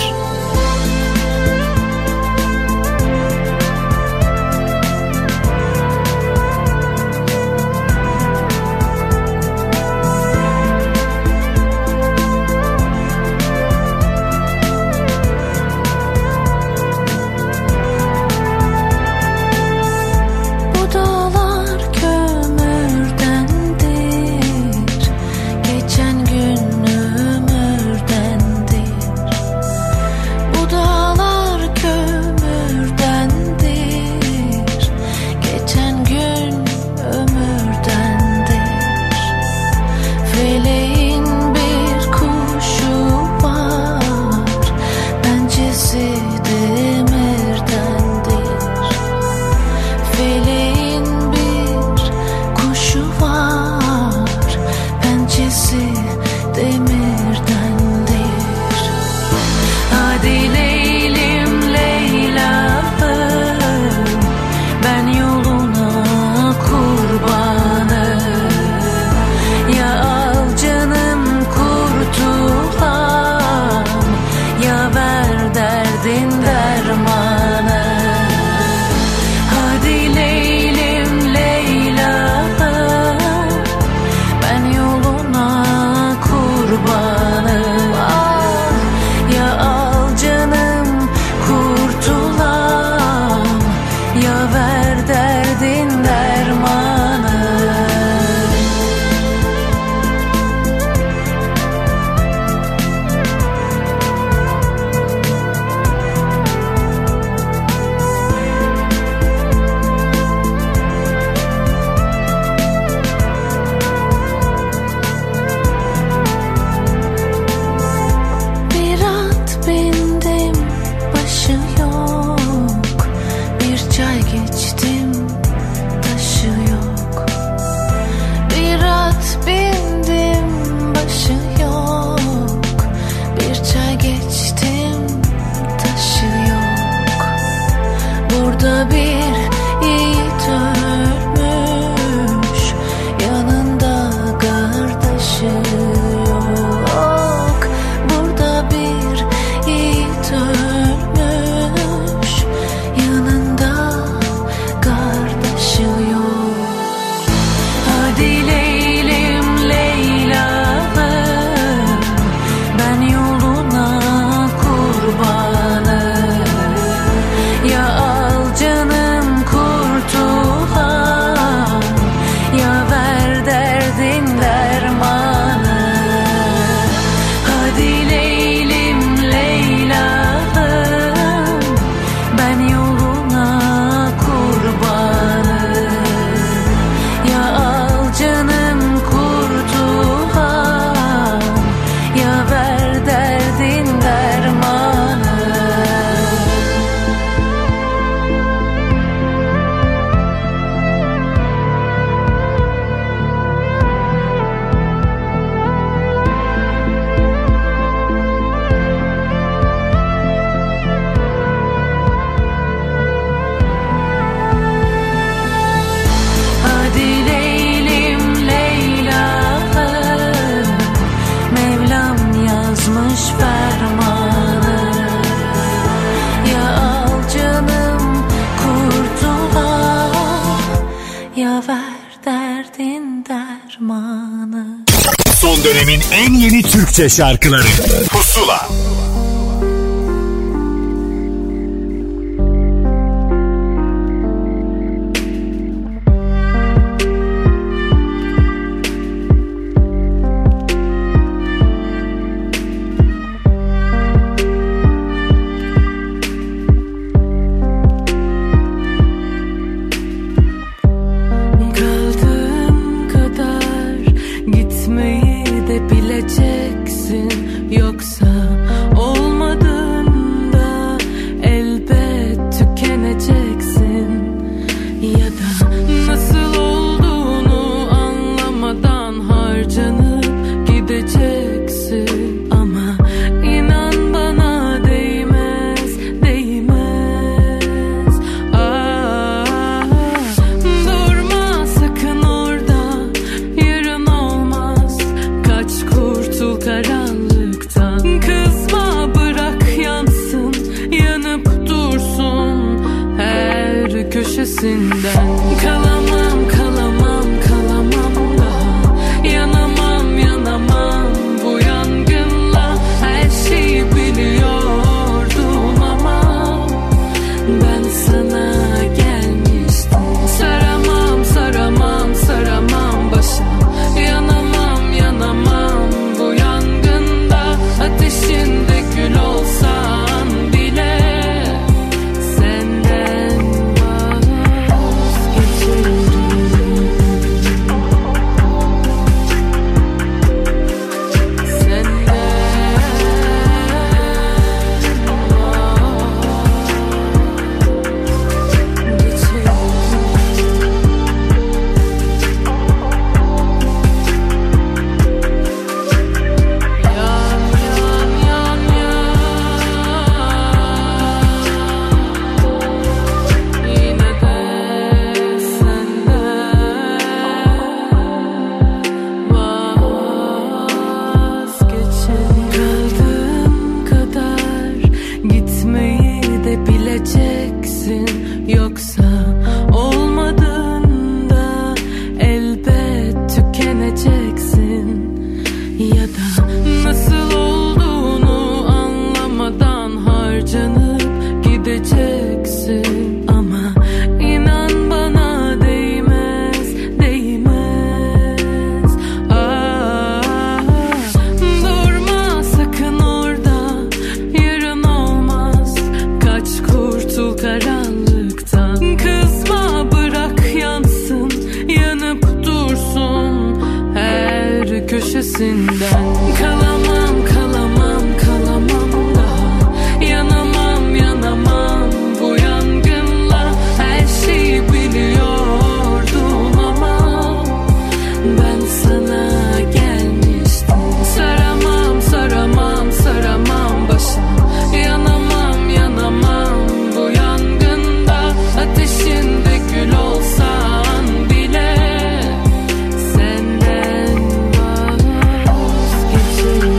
Son dönemin en yeni Türkçe şarkıları Pusula.
Yoksa köşesinden. Kalamam, kalamam, kalamam daha. Yanamam, yanamam bu yangınla. Her şeyi biliyordum ama ben sana gelmiştim. Saramam, saramam, saramam başa. Yanamam, yanamam bu yangında. Ateşinde kül olsan bile senden vazgeçerim. Kaldığım kadar gitmeyi de bileceksin. Yoksa olmadığında elbet tükeneceksin. Ya da nasıl olduğunu anlamadan harcanıp gideceksin. Ama inan bana değmez, değmez. Ah, durma sakın orada, yarın olmaz. Kaç kurtul karanlıktan. Kızma, bırak yansın, yanıp dursun her köşesinden. Kalamam, kalamam, kalamam daha. Yanamam, yanamam bu yangınla. Her şeyi biliyordum ama ben sana gelmiştim. Saramam, saramam, saramam başa. Yanamam, yanamam bu yangında. Ateşinde kül olsan bile senden vazgeçerim.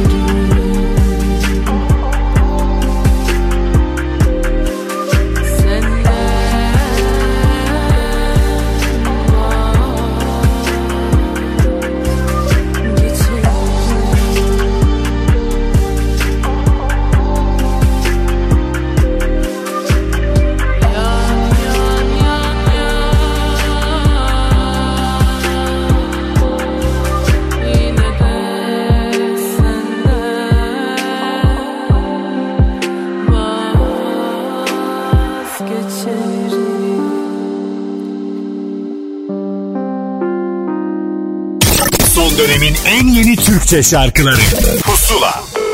Son dönemin en yeni Türkçe şarkıları Pusula.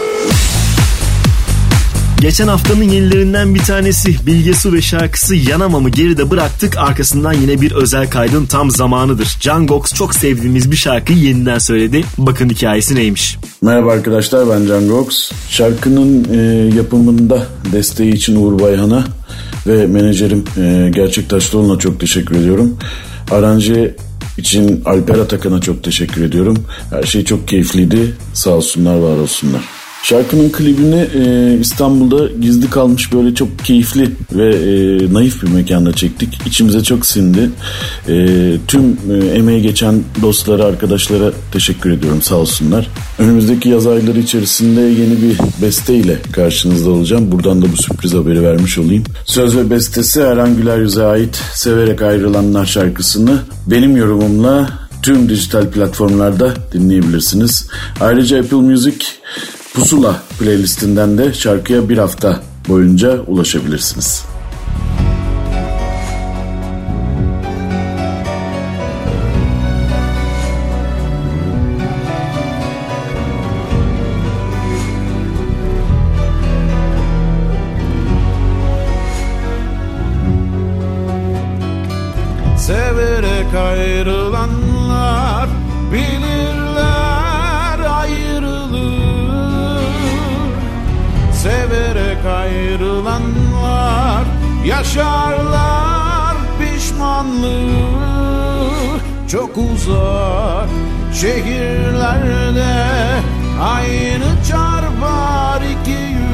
Geçen haftanın yenilerinden bir tanesi Bilge Su ve şarkısı Yanamam'ı geride bıraktık. Arkasından yine bir özel kaydın tam zamanıdır. Can Gox çok sevdiğimiz bir şarkıyı yeniden söyledi. Bakın hikayesi neymiş.
Merhaba arkadaşlar, ben Can Gox. Şarkının e, yapımında desteği için Uğur Bayhan'a ve menajerim e, Gerçek Taşlıoğlu'na çok teşekkür ediyorum. Aranje için Alper Atakan'a çok teşekkür ediyorum. Her şey çok keyifliydi. Sağ olsunlar, var olsunlar. Şarkının klibini e, İstanbul'da gizli kalmış böyle çok keyifli ve e, naif bir mekanda çektik. İçimize çok sindi. E, tüm e, emeği geçen dostlara, arkadaşlara teşekkür ediyorum, sağ olsunlar. Önümüzdeki yaz ayları içerisinde yeni bir besteyle karşınızda olacağım. Buradan da bu sürpriz haberi vermiş olayım. Söz ve bestesi Erhan Güler Yüz'e ait Severek Ayrılanlar şarkısını benim yorumumla tüm dijital platformlarda dinleyebilirsiniz. Ayrıca Apple Music Pusula playlistinden de şarkıya bir hafta boyunca ulaşabilirsiniz.
Severek ayrılanlar bilirler ayrılığı. Severek ayrılanlar yaşarlar pişmanlığı. Çok uzak şehirlerde aynı çarpar iki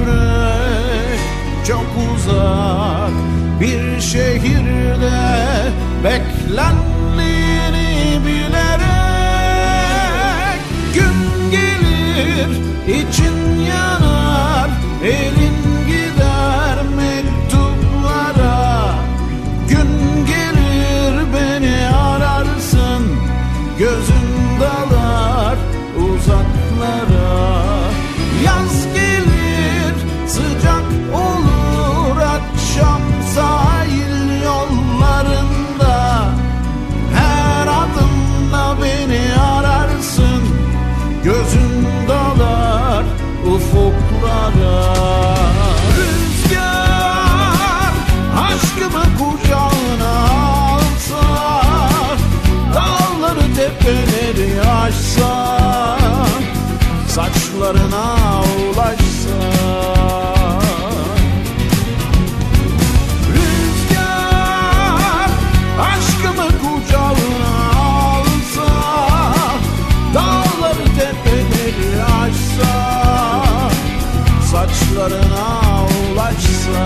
yürek. Çok uzak bir şehirde beklendiğini bilerek. Gün gelir için yanar, elin gider mektuplara. Gün gelir beni ararsın, gözün dalar uzaklara. Yaz gelir sıcak olur akşam sahil yollarında. Her adımda beni ararsın, gözün dalar ufuklara. Rüzgar aşkımı kucağına alsa, dağları tepeleri aşsa, saçlarına ulaşsa. Rüzgar aşkımı kucağına alsa, dağları tepeleri aşsa, saçlarına ulaşsa.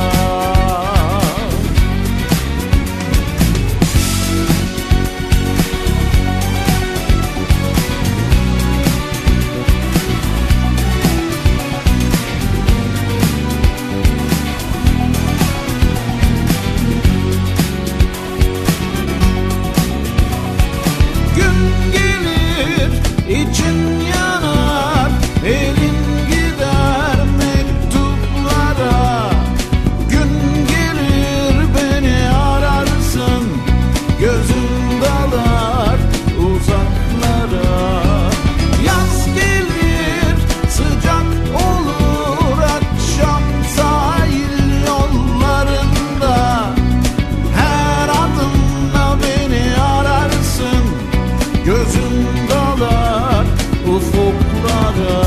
İçin yanar, elin gider mektuplara. Gün gelir beni ararsın, gözün dalar uzaklara. Yaz gelir sıcak olur akşam sahil yollarında. Her adımda beni ararsın, gözün dalar ufuklara.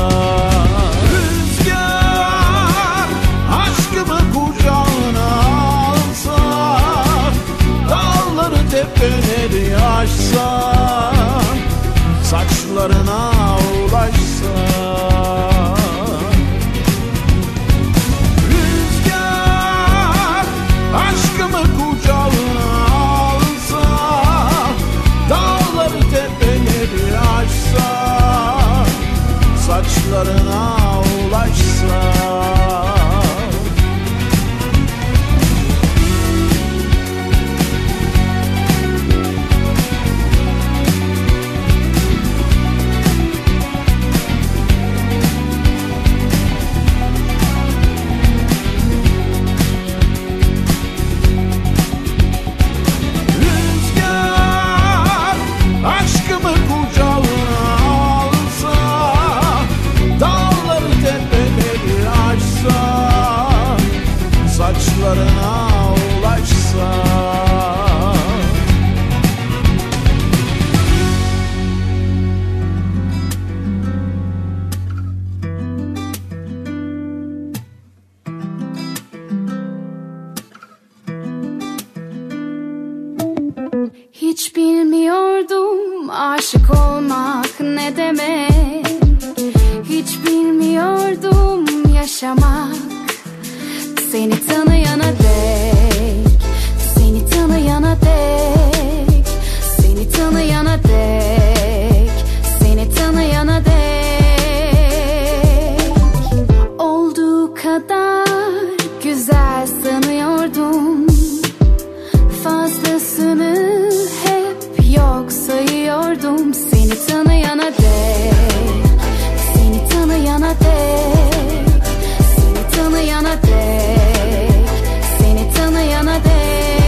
Rüzgar aşkımı kucağına alsa, dağları tepeleri aşsa, saçlarına ulaşsa. Rüzgar aşkımı kucağına alsa, dağları tepeleri aşsa, saçlarına ulaşsa. Rüzgar aşkımı kucağına alsa, dağları tepeleri aşsa, saçlarına ulaşsa.
Hiç bilmiyordum aşık olmak ne demek. Hiç bilmiyordum yaşamak. Seni tanıyana dek, seni tanıyana dek, seni tanıyana dek, seni tanıyana dek. Olduğu kadar güzel sanıyordum, fazlasını hep yok sayıyordum. Seni tanıyana dek, seni tanıyana dek, seni tanıyana dek, seni tanıyana dek.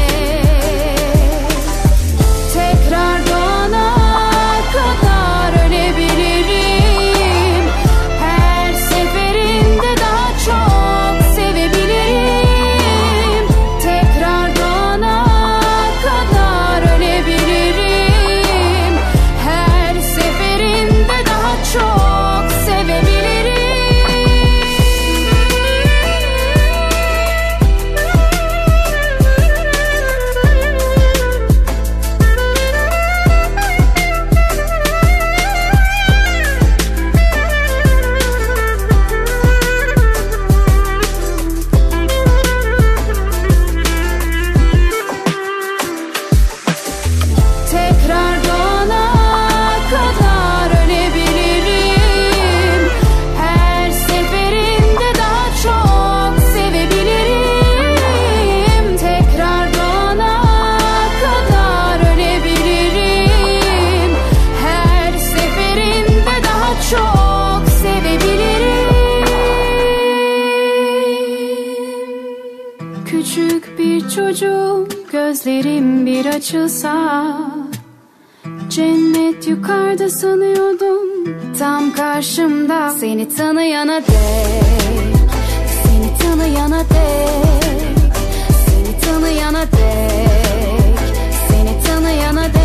Tekrar doğana kadar ölebilirim, her seferinde daha çok sevebilirim. Tekrar doğana kadar ölebilirim, her seferinde Küçük bir çocuğum, gözlerim bir açılsa, cennet yukarıda sanıyordum, tam karşımda. Seni tanıyana dek, seni tanıyana dek, seni tanıyana dek, seni tanıyana dek.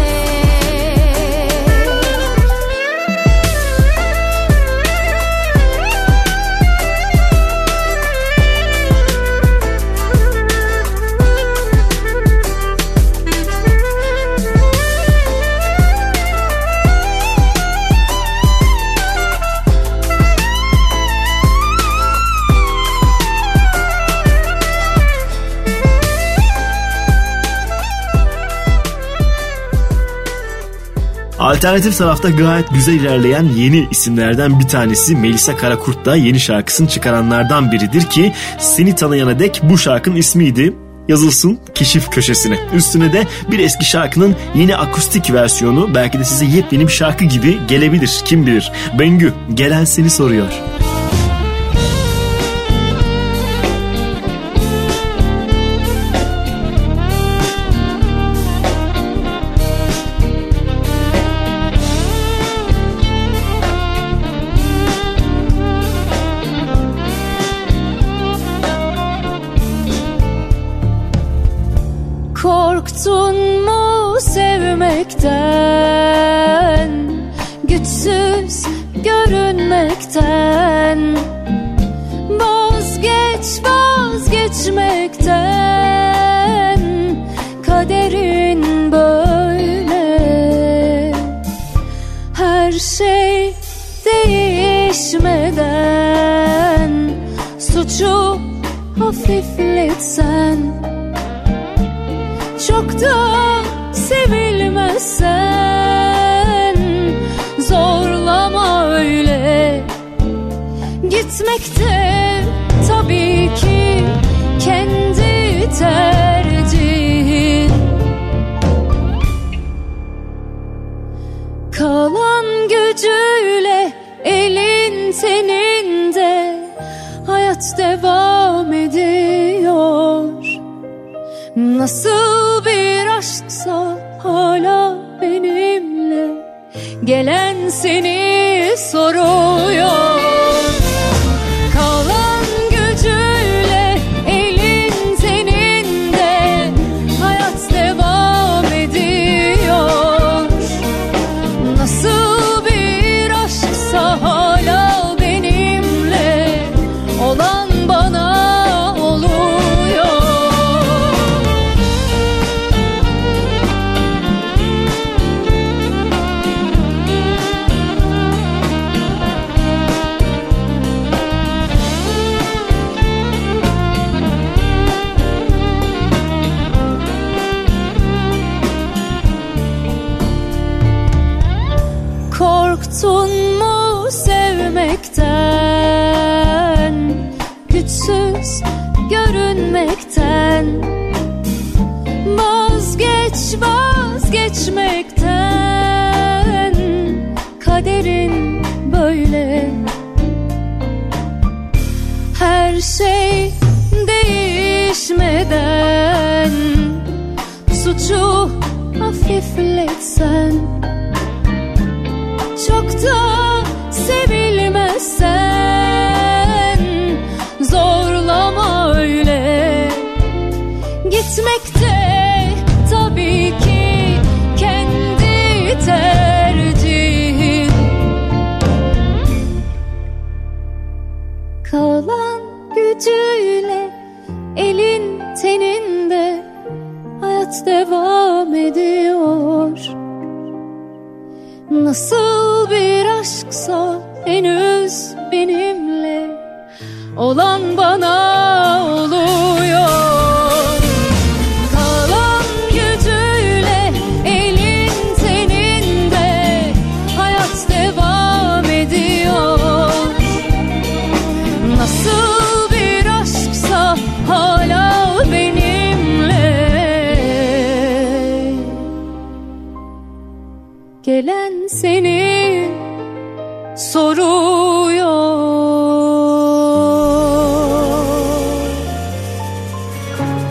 Alternatif tarafta gayet güzel ilerleyen yeni isimlerden bir tanesi Melisa Karakurt da yeni şarkısını çıkaranlardan biridir ki Seni Tanıyana Dek bu şarkının ismiydi. Yazılsın keşif köşesine. Üstüne de bir eski şarkının yeni akustik versiyonu belki de size yepyeni bir şarkı gibi gelebilir. Kim bilir? Bengü, Gelen Seni Soruyor.
Korktun mu sevmekten, güçsüz görünmekten, vazgeç vazgeçmekten, kaderin böyle. Her şey değişmeden, suçu hafifletsen, çok da sevilmezsen, zorlama öyle. Gitmekte tabii ki kendi tercihin. Kalan gücüyle elin teninde, hayat devam ediyor. Nasıl bir aşksa hala benimle, gelen seni soruyor. Kalan gücüyle elin teninde, hayat devam ediyor. Nasıl bir aşksa hala benimle, olan bana oluyor. Korktun mu sevmekten, güçsüz görünmekten, vazgeç vazgeçmekten, kaderin böyle. Her şey değişmeden, suçu hafifletsen, çok da sevilmezsen, zorlama öyle. Gitmekte tabii ki kendi tercihin. Kalan gücüyle elin teninde, hayat devam ediyor. Nasıl bir aşksa henüz benimle, olan bana oluyor. Kalan gücüyle elin teninde, hayat devam ediyor. Nasıl bir aşksa hala benimle, gelen seni soruyor.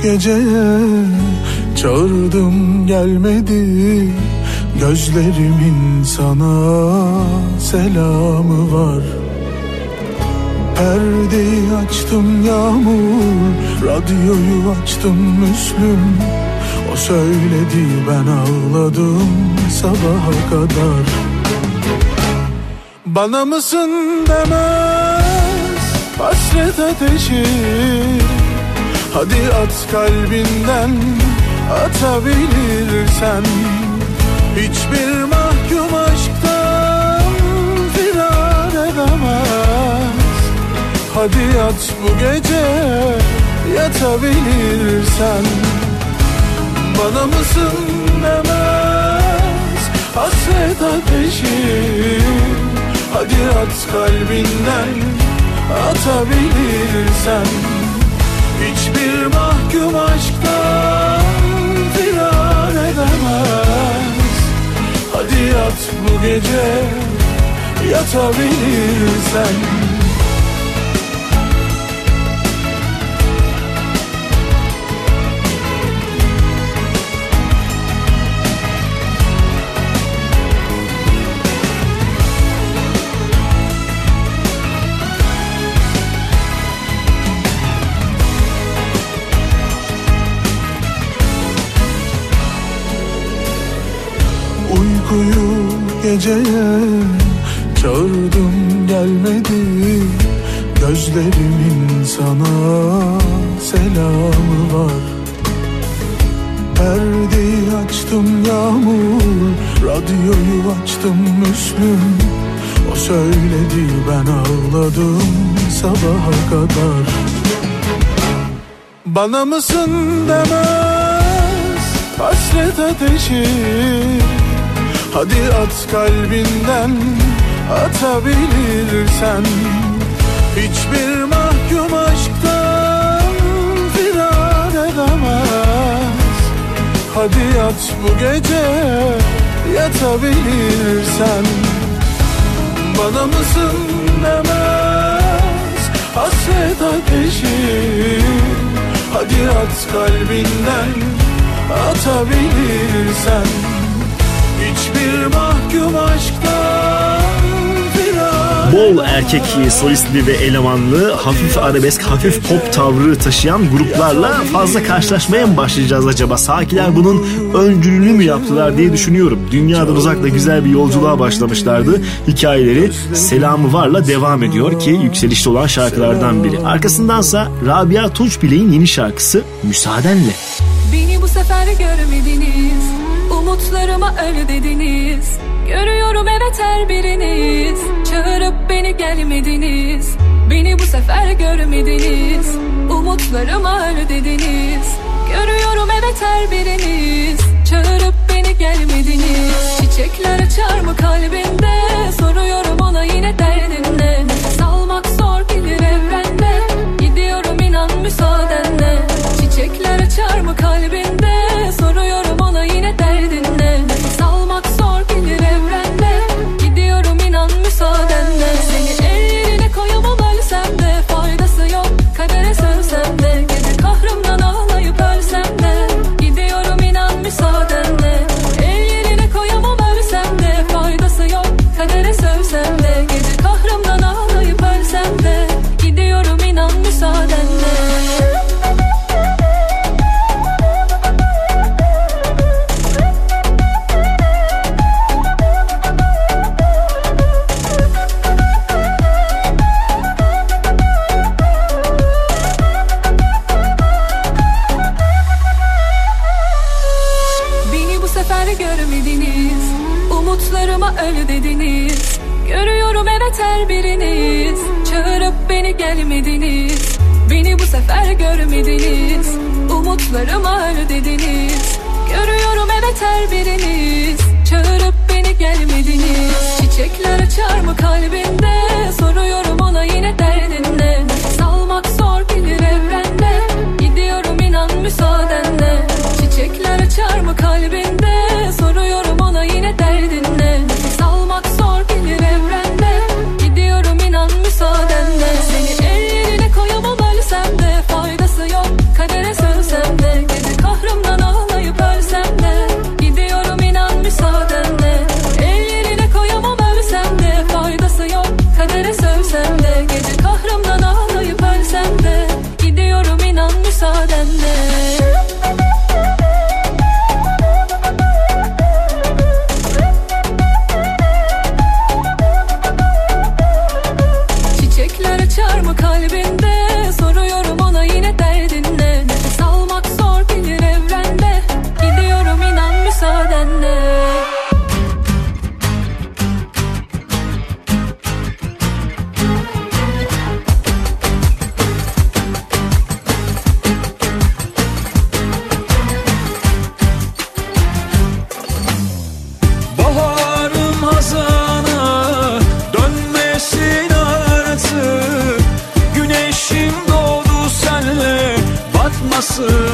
geceye çağırdım gelmedi. Gözlerimin sana selamı var. Perdeyi açtım yağmur, radyoyu açtım Müslüm. O söyledi ben ağladım sabaha kadar. Bana mısın demez hasret ateşi. Hadi at kalbinden atabilirsen. Hiçbir mahkum aşktan firar edemez. Hadi yat bu gece yatabilirsen. Bana mısın demez hasret ateşi. Hadi at kalbinden atabilirsen. Hiçbir mahkum aşktan firar edemez. Hadi yat bu gece yatabilirsen. Uykuyu geceye çağırdım gelmedi. Gözlerimin sana selamı var. Perdeyi açtım yağmur, radyoyu açtım Müslüm. O söyledi ben ağladım sabaha kadar. Bana mısın demez hasret ateşi. Hadi at kalbinden atabilirsen. Hiçbir mahkum aşktan firar edemez. Hadi yat bu gece yatabilirsen. Bana mısın demez hasret ateşi. Hadi at kalbinden atabilirsen. Hiçbir mahkum aşktan firar.
Bol erkek solistli ve elemanlı, hafif arabesk, hafif pop tavrı taşıyan gruplarla fazla karşılaşmaya mı başlayacağız acaba? Sakiler bunun öncülüğünü mü yaptılar diye düşünüyorum. Dünyadan uzakta güzel bir yolculuğa başlamışlardı. Hikayeleri Selamı Var'la devam ediyor ki yükselişte olan şarkılardan biri. Arkasındansa Rabia Tunçbilek'in yeni şarkısı Müsaadenle.
Beni bu sefer görmediniz, umutlarıma öyle dediniz. Görüyorum evet her biriniz, çağırıp beni gelmediniz. Beni bu sefer görmediniz, umutlarıma öyle dediniz. Görüyorum evet her biriniz, çağırıp beni gelmediniz. Çiçekler açar mı kalbinde, soruyorum ona yine derdin ne? Salmak zor gelir evrende, gidiyorum inan müsaadenle. Çiçekler açar mı kalbinde, soruyorum ona yine derdin ne? Salmak zor gelir evrende, gidiyorum inan müsaadenle. Seni el yerine koyamam ölsem de, faydası yok kadere sövsem de. Gece kahrımdan ağlayıp ölsem de, gidiyorum inan müsaadenle. El yerine koyamam ölsem de, faydası yok kadere sövsem de. Gece kahrımdan ağlayıp ölsem de, gidiyorum inan müsaadenle. Görmediniz, umutlarıma öyle dediniz. Görüyorum evet her biriniz, çağırıp beni gelmediniz. Beni bu sefer görmediniz, umutlarıma öyle dediniz. Görüyorum evet her biriniz, çağırıp beni gelmediniz. Çiçekler açar mı kalbinde, soruyorum ona yine derdin ne? Salmak zor gelir evrende, gidiyorum inan müsaadenle. Çiçekler açar mı kalbinde, soruyorum ona yine derdin ne? Salmak zor gelir evrende, gidiyorum inan müsaadenle. Seni el yerine koyamam ölsem de, faydası yok kadere sövsem de.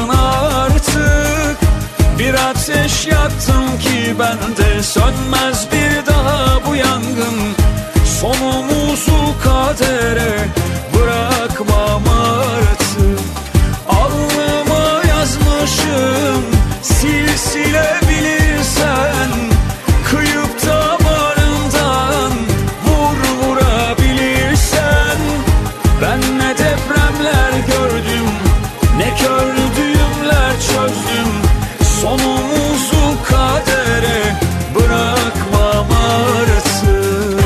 yandın artık. Bir ateş yaktım ki bende sönmez bir daha bu yangın. Sonumuzu kadere bırakmam artık. Alnıma yazmışım sil silebilirsen. Kıyıp damarından vur vurabilirsen. Ben ne depremler gördüm, ne kör düğümler çözdüm. Sonumuzu kadere bırakmam artık.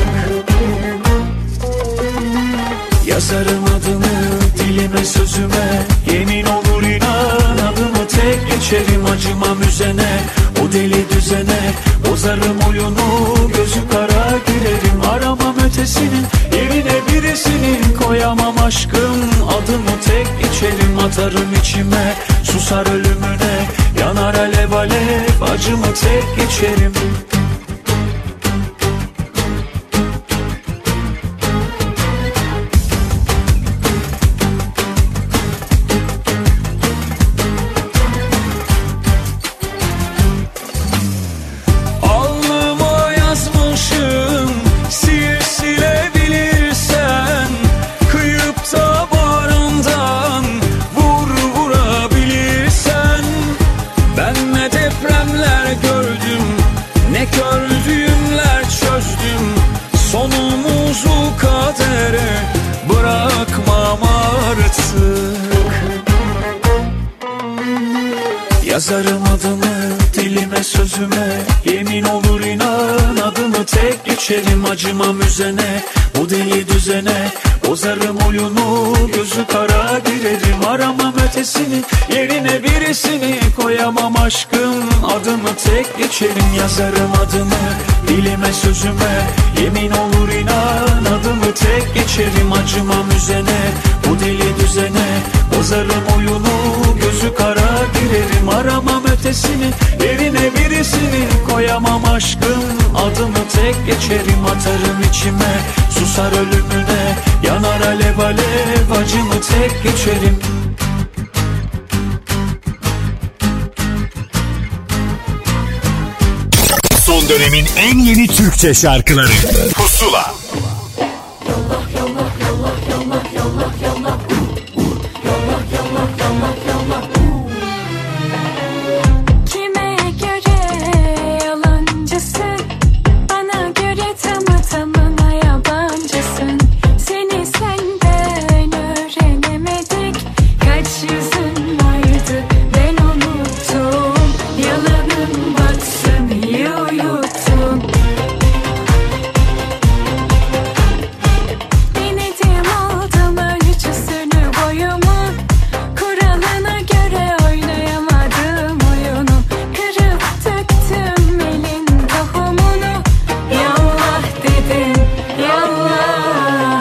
Yazarım adını dilime sözüme, yemin olur inan adımı tek geçerim. Acımam üzene o deli düzene, bozarım oyunu gözü kara girerim. Aramam ötesinin yerine birisini koyamam aşkım. Adımı tek geçerim, atarım içime susar ölümüne. Yanar alev alev acımı tek geçerim. Alnıma yazmışım sil silebilirsen. Kıyıp tabanından vur vurabilirsen. Ben ne depremler gördüm, ne kör düğümler çözdüm. Sonumuzu kadere bırakmam artık. Yazarım adını dilime sözüme, yemin olur inan adımı tek geçerim. Acımam üzene bu deli düzene, bozarım oyunu gözü kara girerim. Aramam ötesini yerine birisini koyamam aşkım. Adımı tek geçerim. Yazarım adını dilime sözüme, yemin olur inan adımı tek geçerim. Acımam üzene bu deli düzene, bozarım oyunu gözü kara girerim. Aramam ötesini yerine birisini koyamam aşkım. Adımı tek geçerim, atarım içime susar ölümüne. Yanar alev alev acımı tek geçerim.
Son dönemin en yeni Türkçe şarkıları Pusula.
Kime göre yalancısın, bana göre tamı tamına yabancısın. Seni senden öğrenemedik, kaç yüzün vardı ben unuttum. Yalanın batsın iyi uyuttum. Denedim aldım ölçüsünü boyumu, kuralına göre oynayamadım oyunu. Kırıp döktüm elin tohumunu, yallah dedim yallah.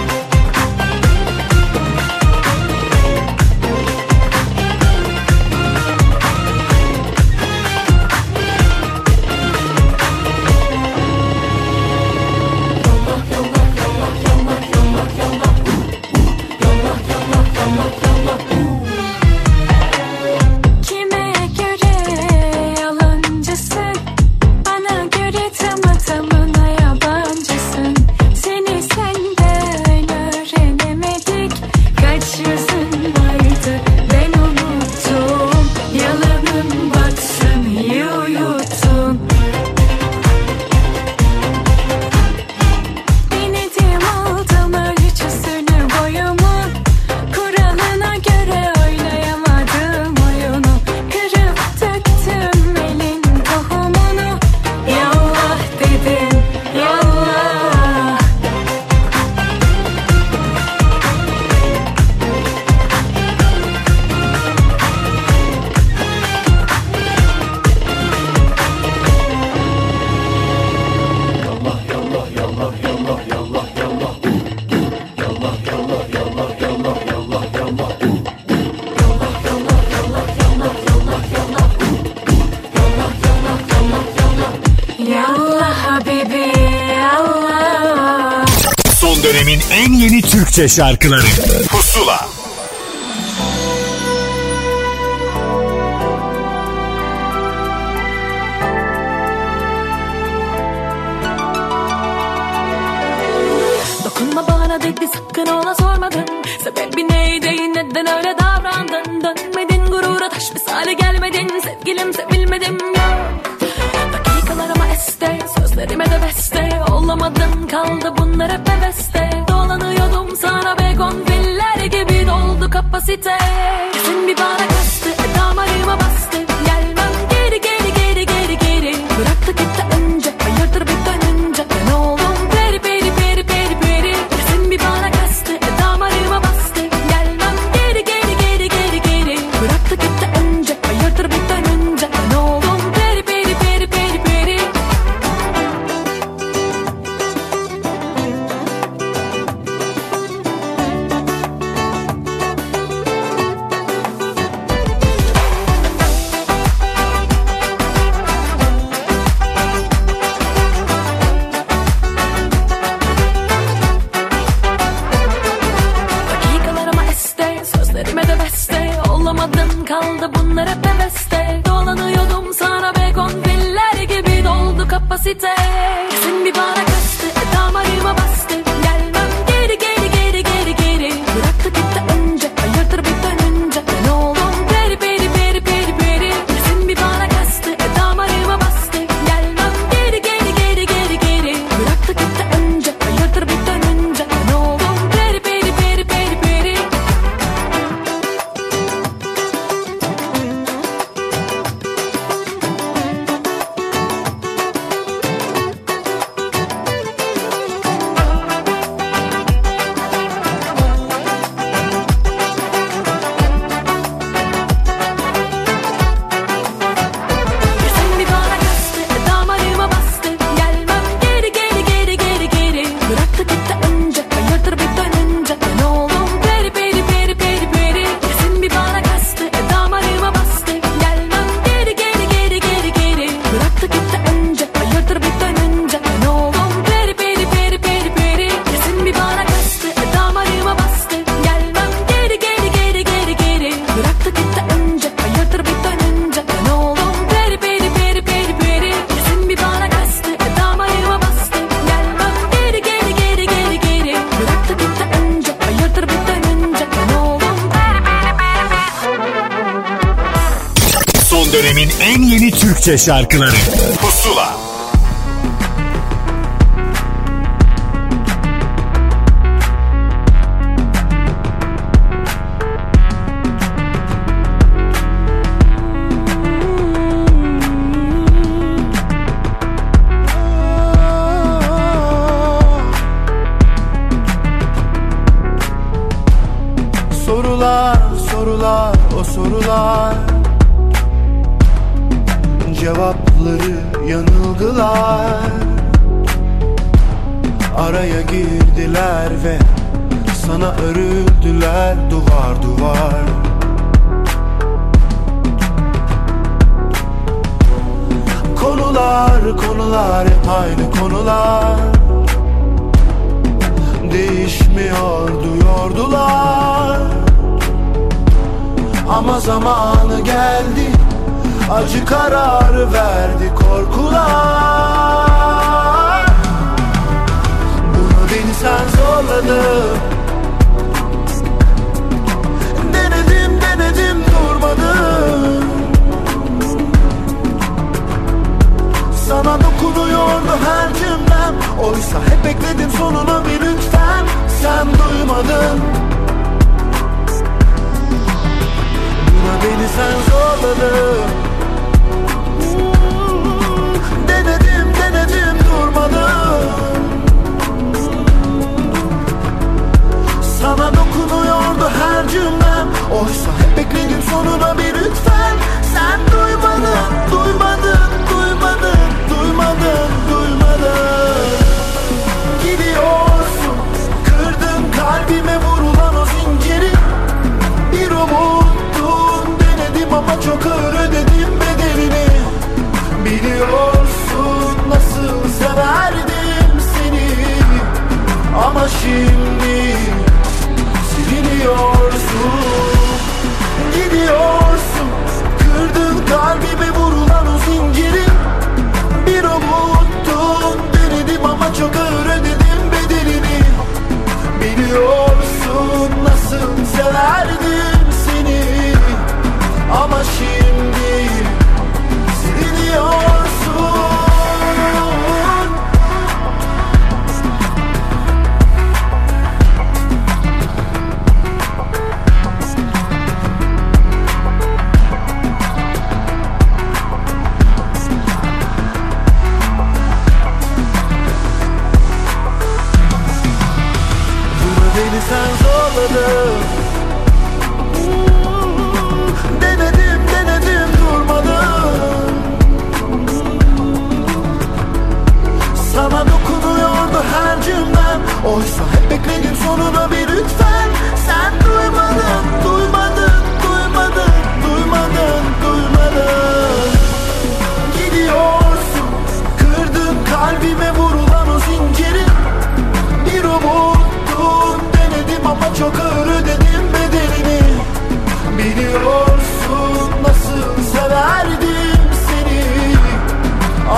Kime göre yalancısın, bana göre tamı tamına yabancısın. Seni senden öğrenemedik, kaç yüzün vardı ben unuttum. Yalanın batsın iyi uyuttum. Denedim aldım ölçüsünü boyumu, kuralına göre oynayamadım oyunu. Kırıp döktüm elin tohumunu, yallah dedim yallah. Yallah habibi yallah.
Son dönemin en yeni Türkçe şarkıları Pusula.
neden öyle davrandın? Dönmedin gurura taş misali gelmedin. Sevgilim sevilmedim yok. Dakikalarıma este, sözlerime de beste. Olamadın kaldı bunlar hep heveste. Dolanıyordum sana begonviller gibi doldu kapasite. Kesin bir bana kastı, damarıma bastı. Gelmem geri geri geri geri geri. Bıraktı gitti önce, hayırdır bir dönünce. Ben oldum peri peri peri peri peri. Kesin bir bana kastı, damarıma bastı. Gelmem geri geri geri geri geri. Bıraktı gitti önce, hayırdır bir dönünce. Ben oldum peri peri peri peri peri. Dakikalarıma este, sözlerime de beste. Olamadın kaldı bunlar hep heveste. Dolanıyordum sana begonviller gibi doldu kapasite. Kesin bir bana kastı, damarıma bastı. Gelmem geri geri geri geri geri. Bıraktı gitti önce, hayırdır bir dönünce. Ben oldum peri peri peri peri peri. Kesin bir bana kastı, damarıma bastı. Gelmem geri geri geri geri geri. Bıraktı gitti önce, hayırdır bir dönünce. Ben oldum peri peri peri peri peri. Kesin bir bana kastı, damarıma bastı. Gelmem geri geri geri geri geri. Bıraktı gitti önce, hayırdır bir dönünce. Ben oldum peri peri peri peri peri. Kesin bir bana kastı, damarıma bastı. Gelmem geri geri geri geri geri. Bıraktı gitti önce, hayırdır bir dönünce. Ben oldum peri peri peri peri peri. Kesin bir bana kastı, damarıma bastı. Gelmem geri geri geri geri geri. Bıraktı gitti önce, hayırdır bir dönünce. Ben oldum peri peri peri peri peri. Kesin bir bana kastı, damarıma bastı. Gelmem geri geri geri geri geri. Bıraktı gitti önce, hayırdır bir dönünce. Ben oldum peri peri peri peri.
Son dönemin en yeni Türkçe şarkıları Pusula.
Sorular, sorular, o sorular. Cevapları yanılgılar. Araya girdiler ve sana örüldüler duvar duvar. Konular, konular, hep aynı konular. Değişmiyor diyordular. Ama zamanı geldi, acı kararı verdi korkular. Bunu beni sen zorladın. Denedim denedim durmadım. Sana dokunuyordu her cümlem. Oysa hep bekledim sonuna bir lütfen. Sen duymadın. Buna beni sen zorladın. Denedim denedim durmadım.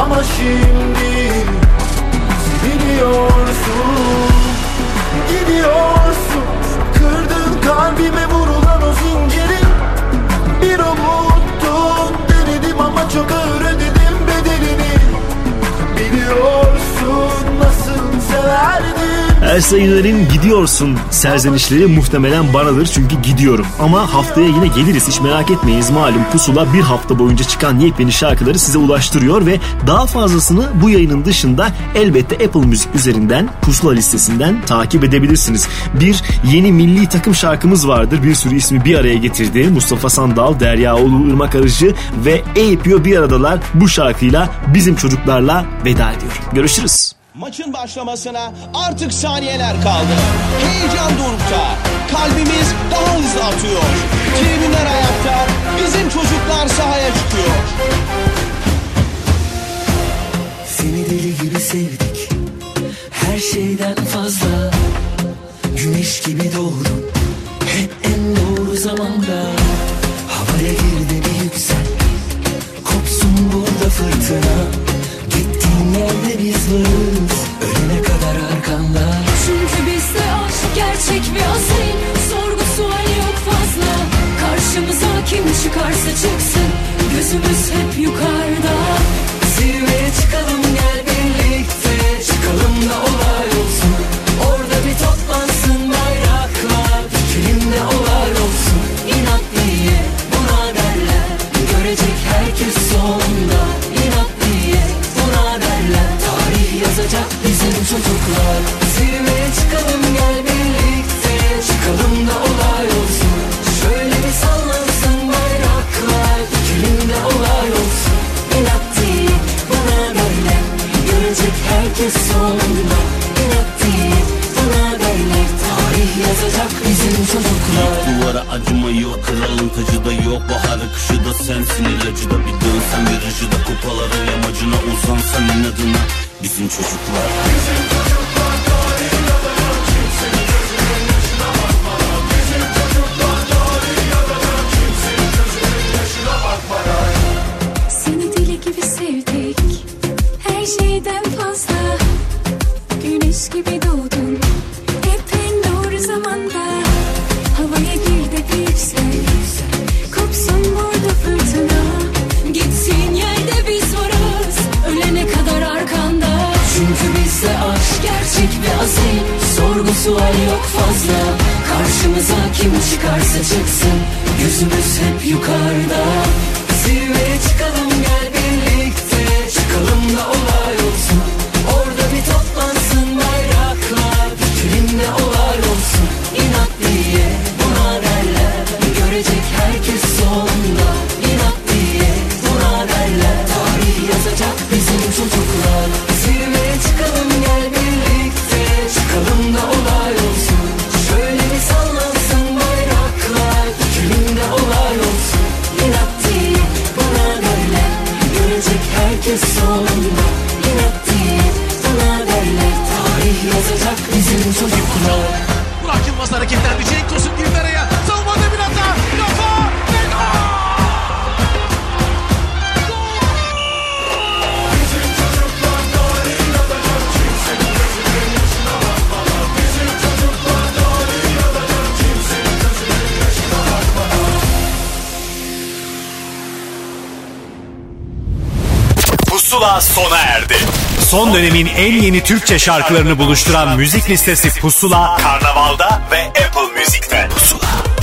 Ama şimdi seviliyorsun, gidiyorsun. Kırdın kalbime vurulan o zincirin. Bir umuttum, denedim ama çok ağır ödedim bedelini. Biliyorsun nasıl severdim.
Ersa Yener'in gidiyorsun serzenişleri muhtemelen banadır çünkü gidiyorum. Ama haftaya yine geliriz, hiç merak etmeyiniz. Malum Pusula bir hafta boyunca çıkan yepyeni şarkıları size ulaştırıyor ve daha fazlasını bu yayının dışında elbette Apple Müzik üzerinden Pusula listesinden takip edebilirsiniz. Bir yeni milli takım şarkımız vardır. Bir sürü ismi bir araya getirdi. Mustafa Sandal, Derya Ulu, Irmak Arıcı ve Eyüp'ü bir aradalar. Bu şarkıyla bizim çocuklarla veda ediyor. Görüşürüz.
Maçın başlamasına artık saniyeler kaldı. Heyecan dorukta. Kalbimiz daha hızlı atıyor. Tribünler ayakta. Bizim çocuklar sahaya çıkıyor.
Seni deli gibi sevdik. Her şeyden fazla. Güneş gibi doğdun. Hep en doğru zamanda. Havaya gir de bir yüksel. Kopsun burada fırtına. Gittiğin yerde biz varız, ölene kadar arkanda.
Çünkü bizde aşk gerçek ve asil. Sorgu sual yok fazla. Karşımıza kim çıkarsa çıksın, gözümüz hep yukarıda.
Zirveye çıkalım gel birlikte. Çıkalım da olay olsun. Orada bir toplansın bayraklar. Dikelim de olay olsun. İnat diye buna derler. Görecek herkes sonunda. İnat diye buna derler. Tarih yazacak bizim çocuklar. Zirveye çıkalım gel birlikte. Çıkalım da olay olsun. Şöyle bir sallansın bayraklar. Dikelim de olay olsun. İnat diye buna derler. Görecek herkes sonunda. İnat diye buna derler. Tarih yazacak bizim çocuklar.
Duvara acıma yok, kralın tacı da yok. Baharı kışı da sensin, ilacı da bir dönsen. Virajı da kupaları yamacına uzansan inadına. Bizim çocuklar. Bizim çocuklar tarih yazacak. Kimsenin gözünün yaşına bakmadan. Bizim çocuklar tarih yazacak. Kimsenin gözünün yaşına bakmadan.
Seni deli gibi sevdik. Her şeyden fazla. Güneş gibi doğdun. Hep en doğru zamanda. Havaya gir de bir yüksel. Kopsun burada fırtına. Gitsin yerde biz varız. Ölene kadar arkanda.
Çünkü bizde aşk gerçek ve asil. Sorgu sual yok fazla. Karşımıza kim çıkarsa çıksın. Gözümüz hep yukarıda. Zirveye çıkalım gel birlikte. Çıkalım da olay olsun. Orada bir toplansın bayraklar. Dikelim de olay olsun. İnat diye buna derler. Görecek herkes sonunda. İnat diye buna derler. Tarih yazacak bizim çocuklar. Zirveye çıkalım gel birlikte. Çıkalım da olay olsun. Şöyle bir sallansın bayraklar. Dikelim de olay olsun. İnat diye buna derler. Görecek herkes sonunda. İnat diye buna derler. Tarih yazacak bizim çocuklar.
Burak Yılmaz hareketlendi. Cenk Tosun girdi araya. Savunmada bir hata. Kafa ve gol!
Bizim çocuklar tarih yazacak. Kimsenin gözünün yaşına bakmadan. Bizim çocuklar tarih yazacak. Kimsenin gözünün yaşına bakmadan.
Pusula sona erdi. Son dönemin en yeni Türkçe şarkılarını buluşturan müzik listesi Pusula, Karnaval'da ve Apple Müzik'te. Pusula.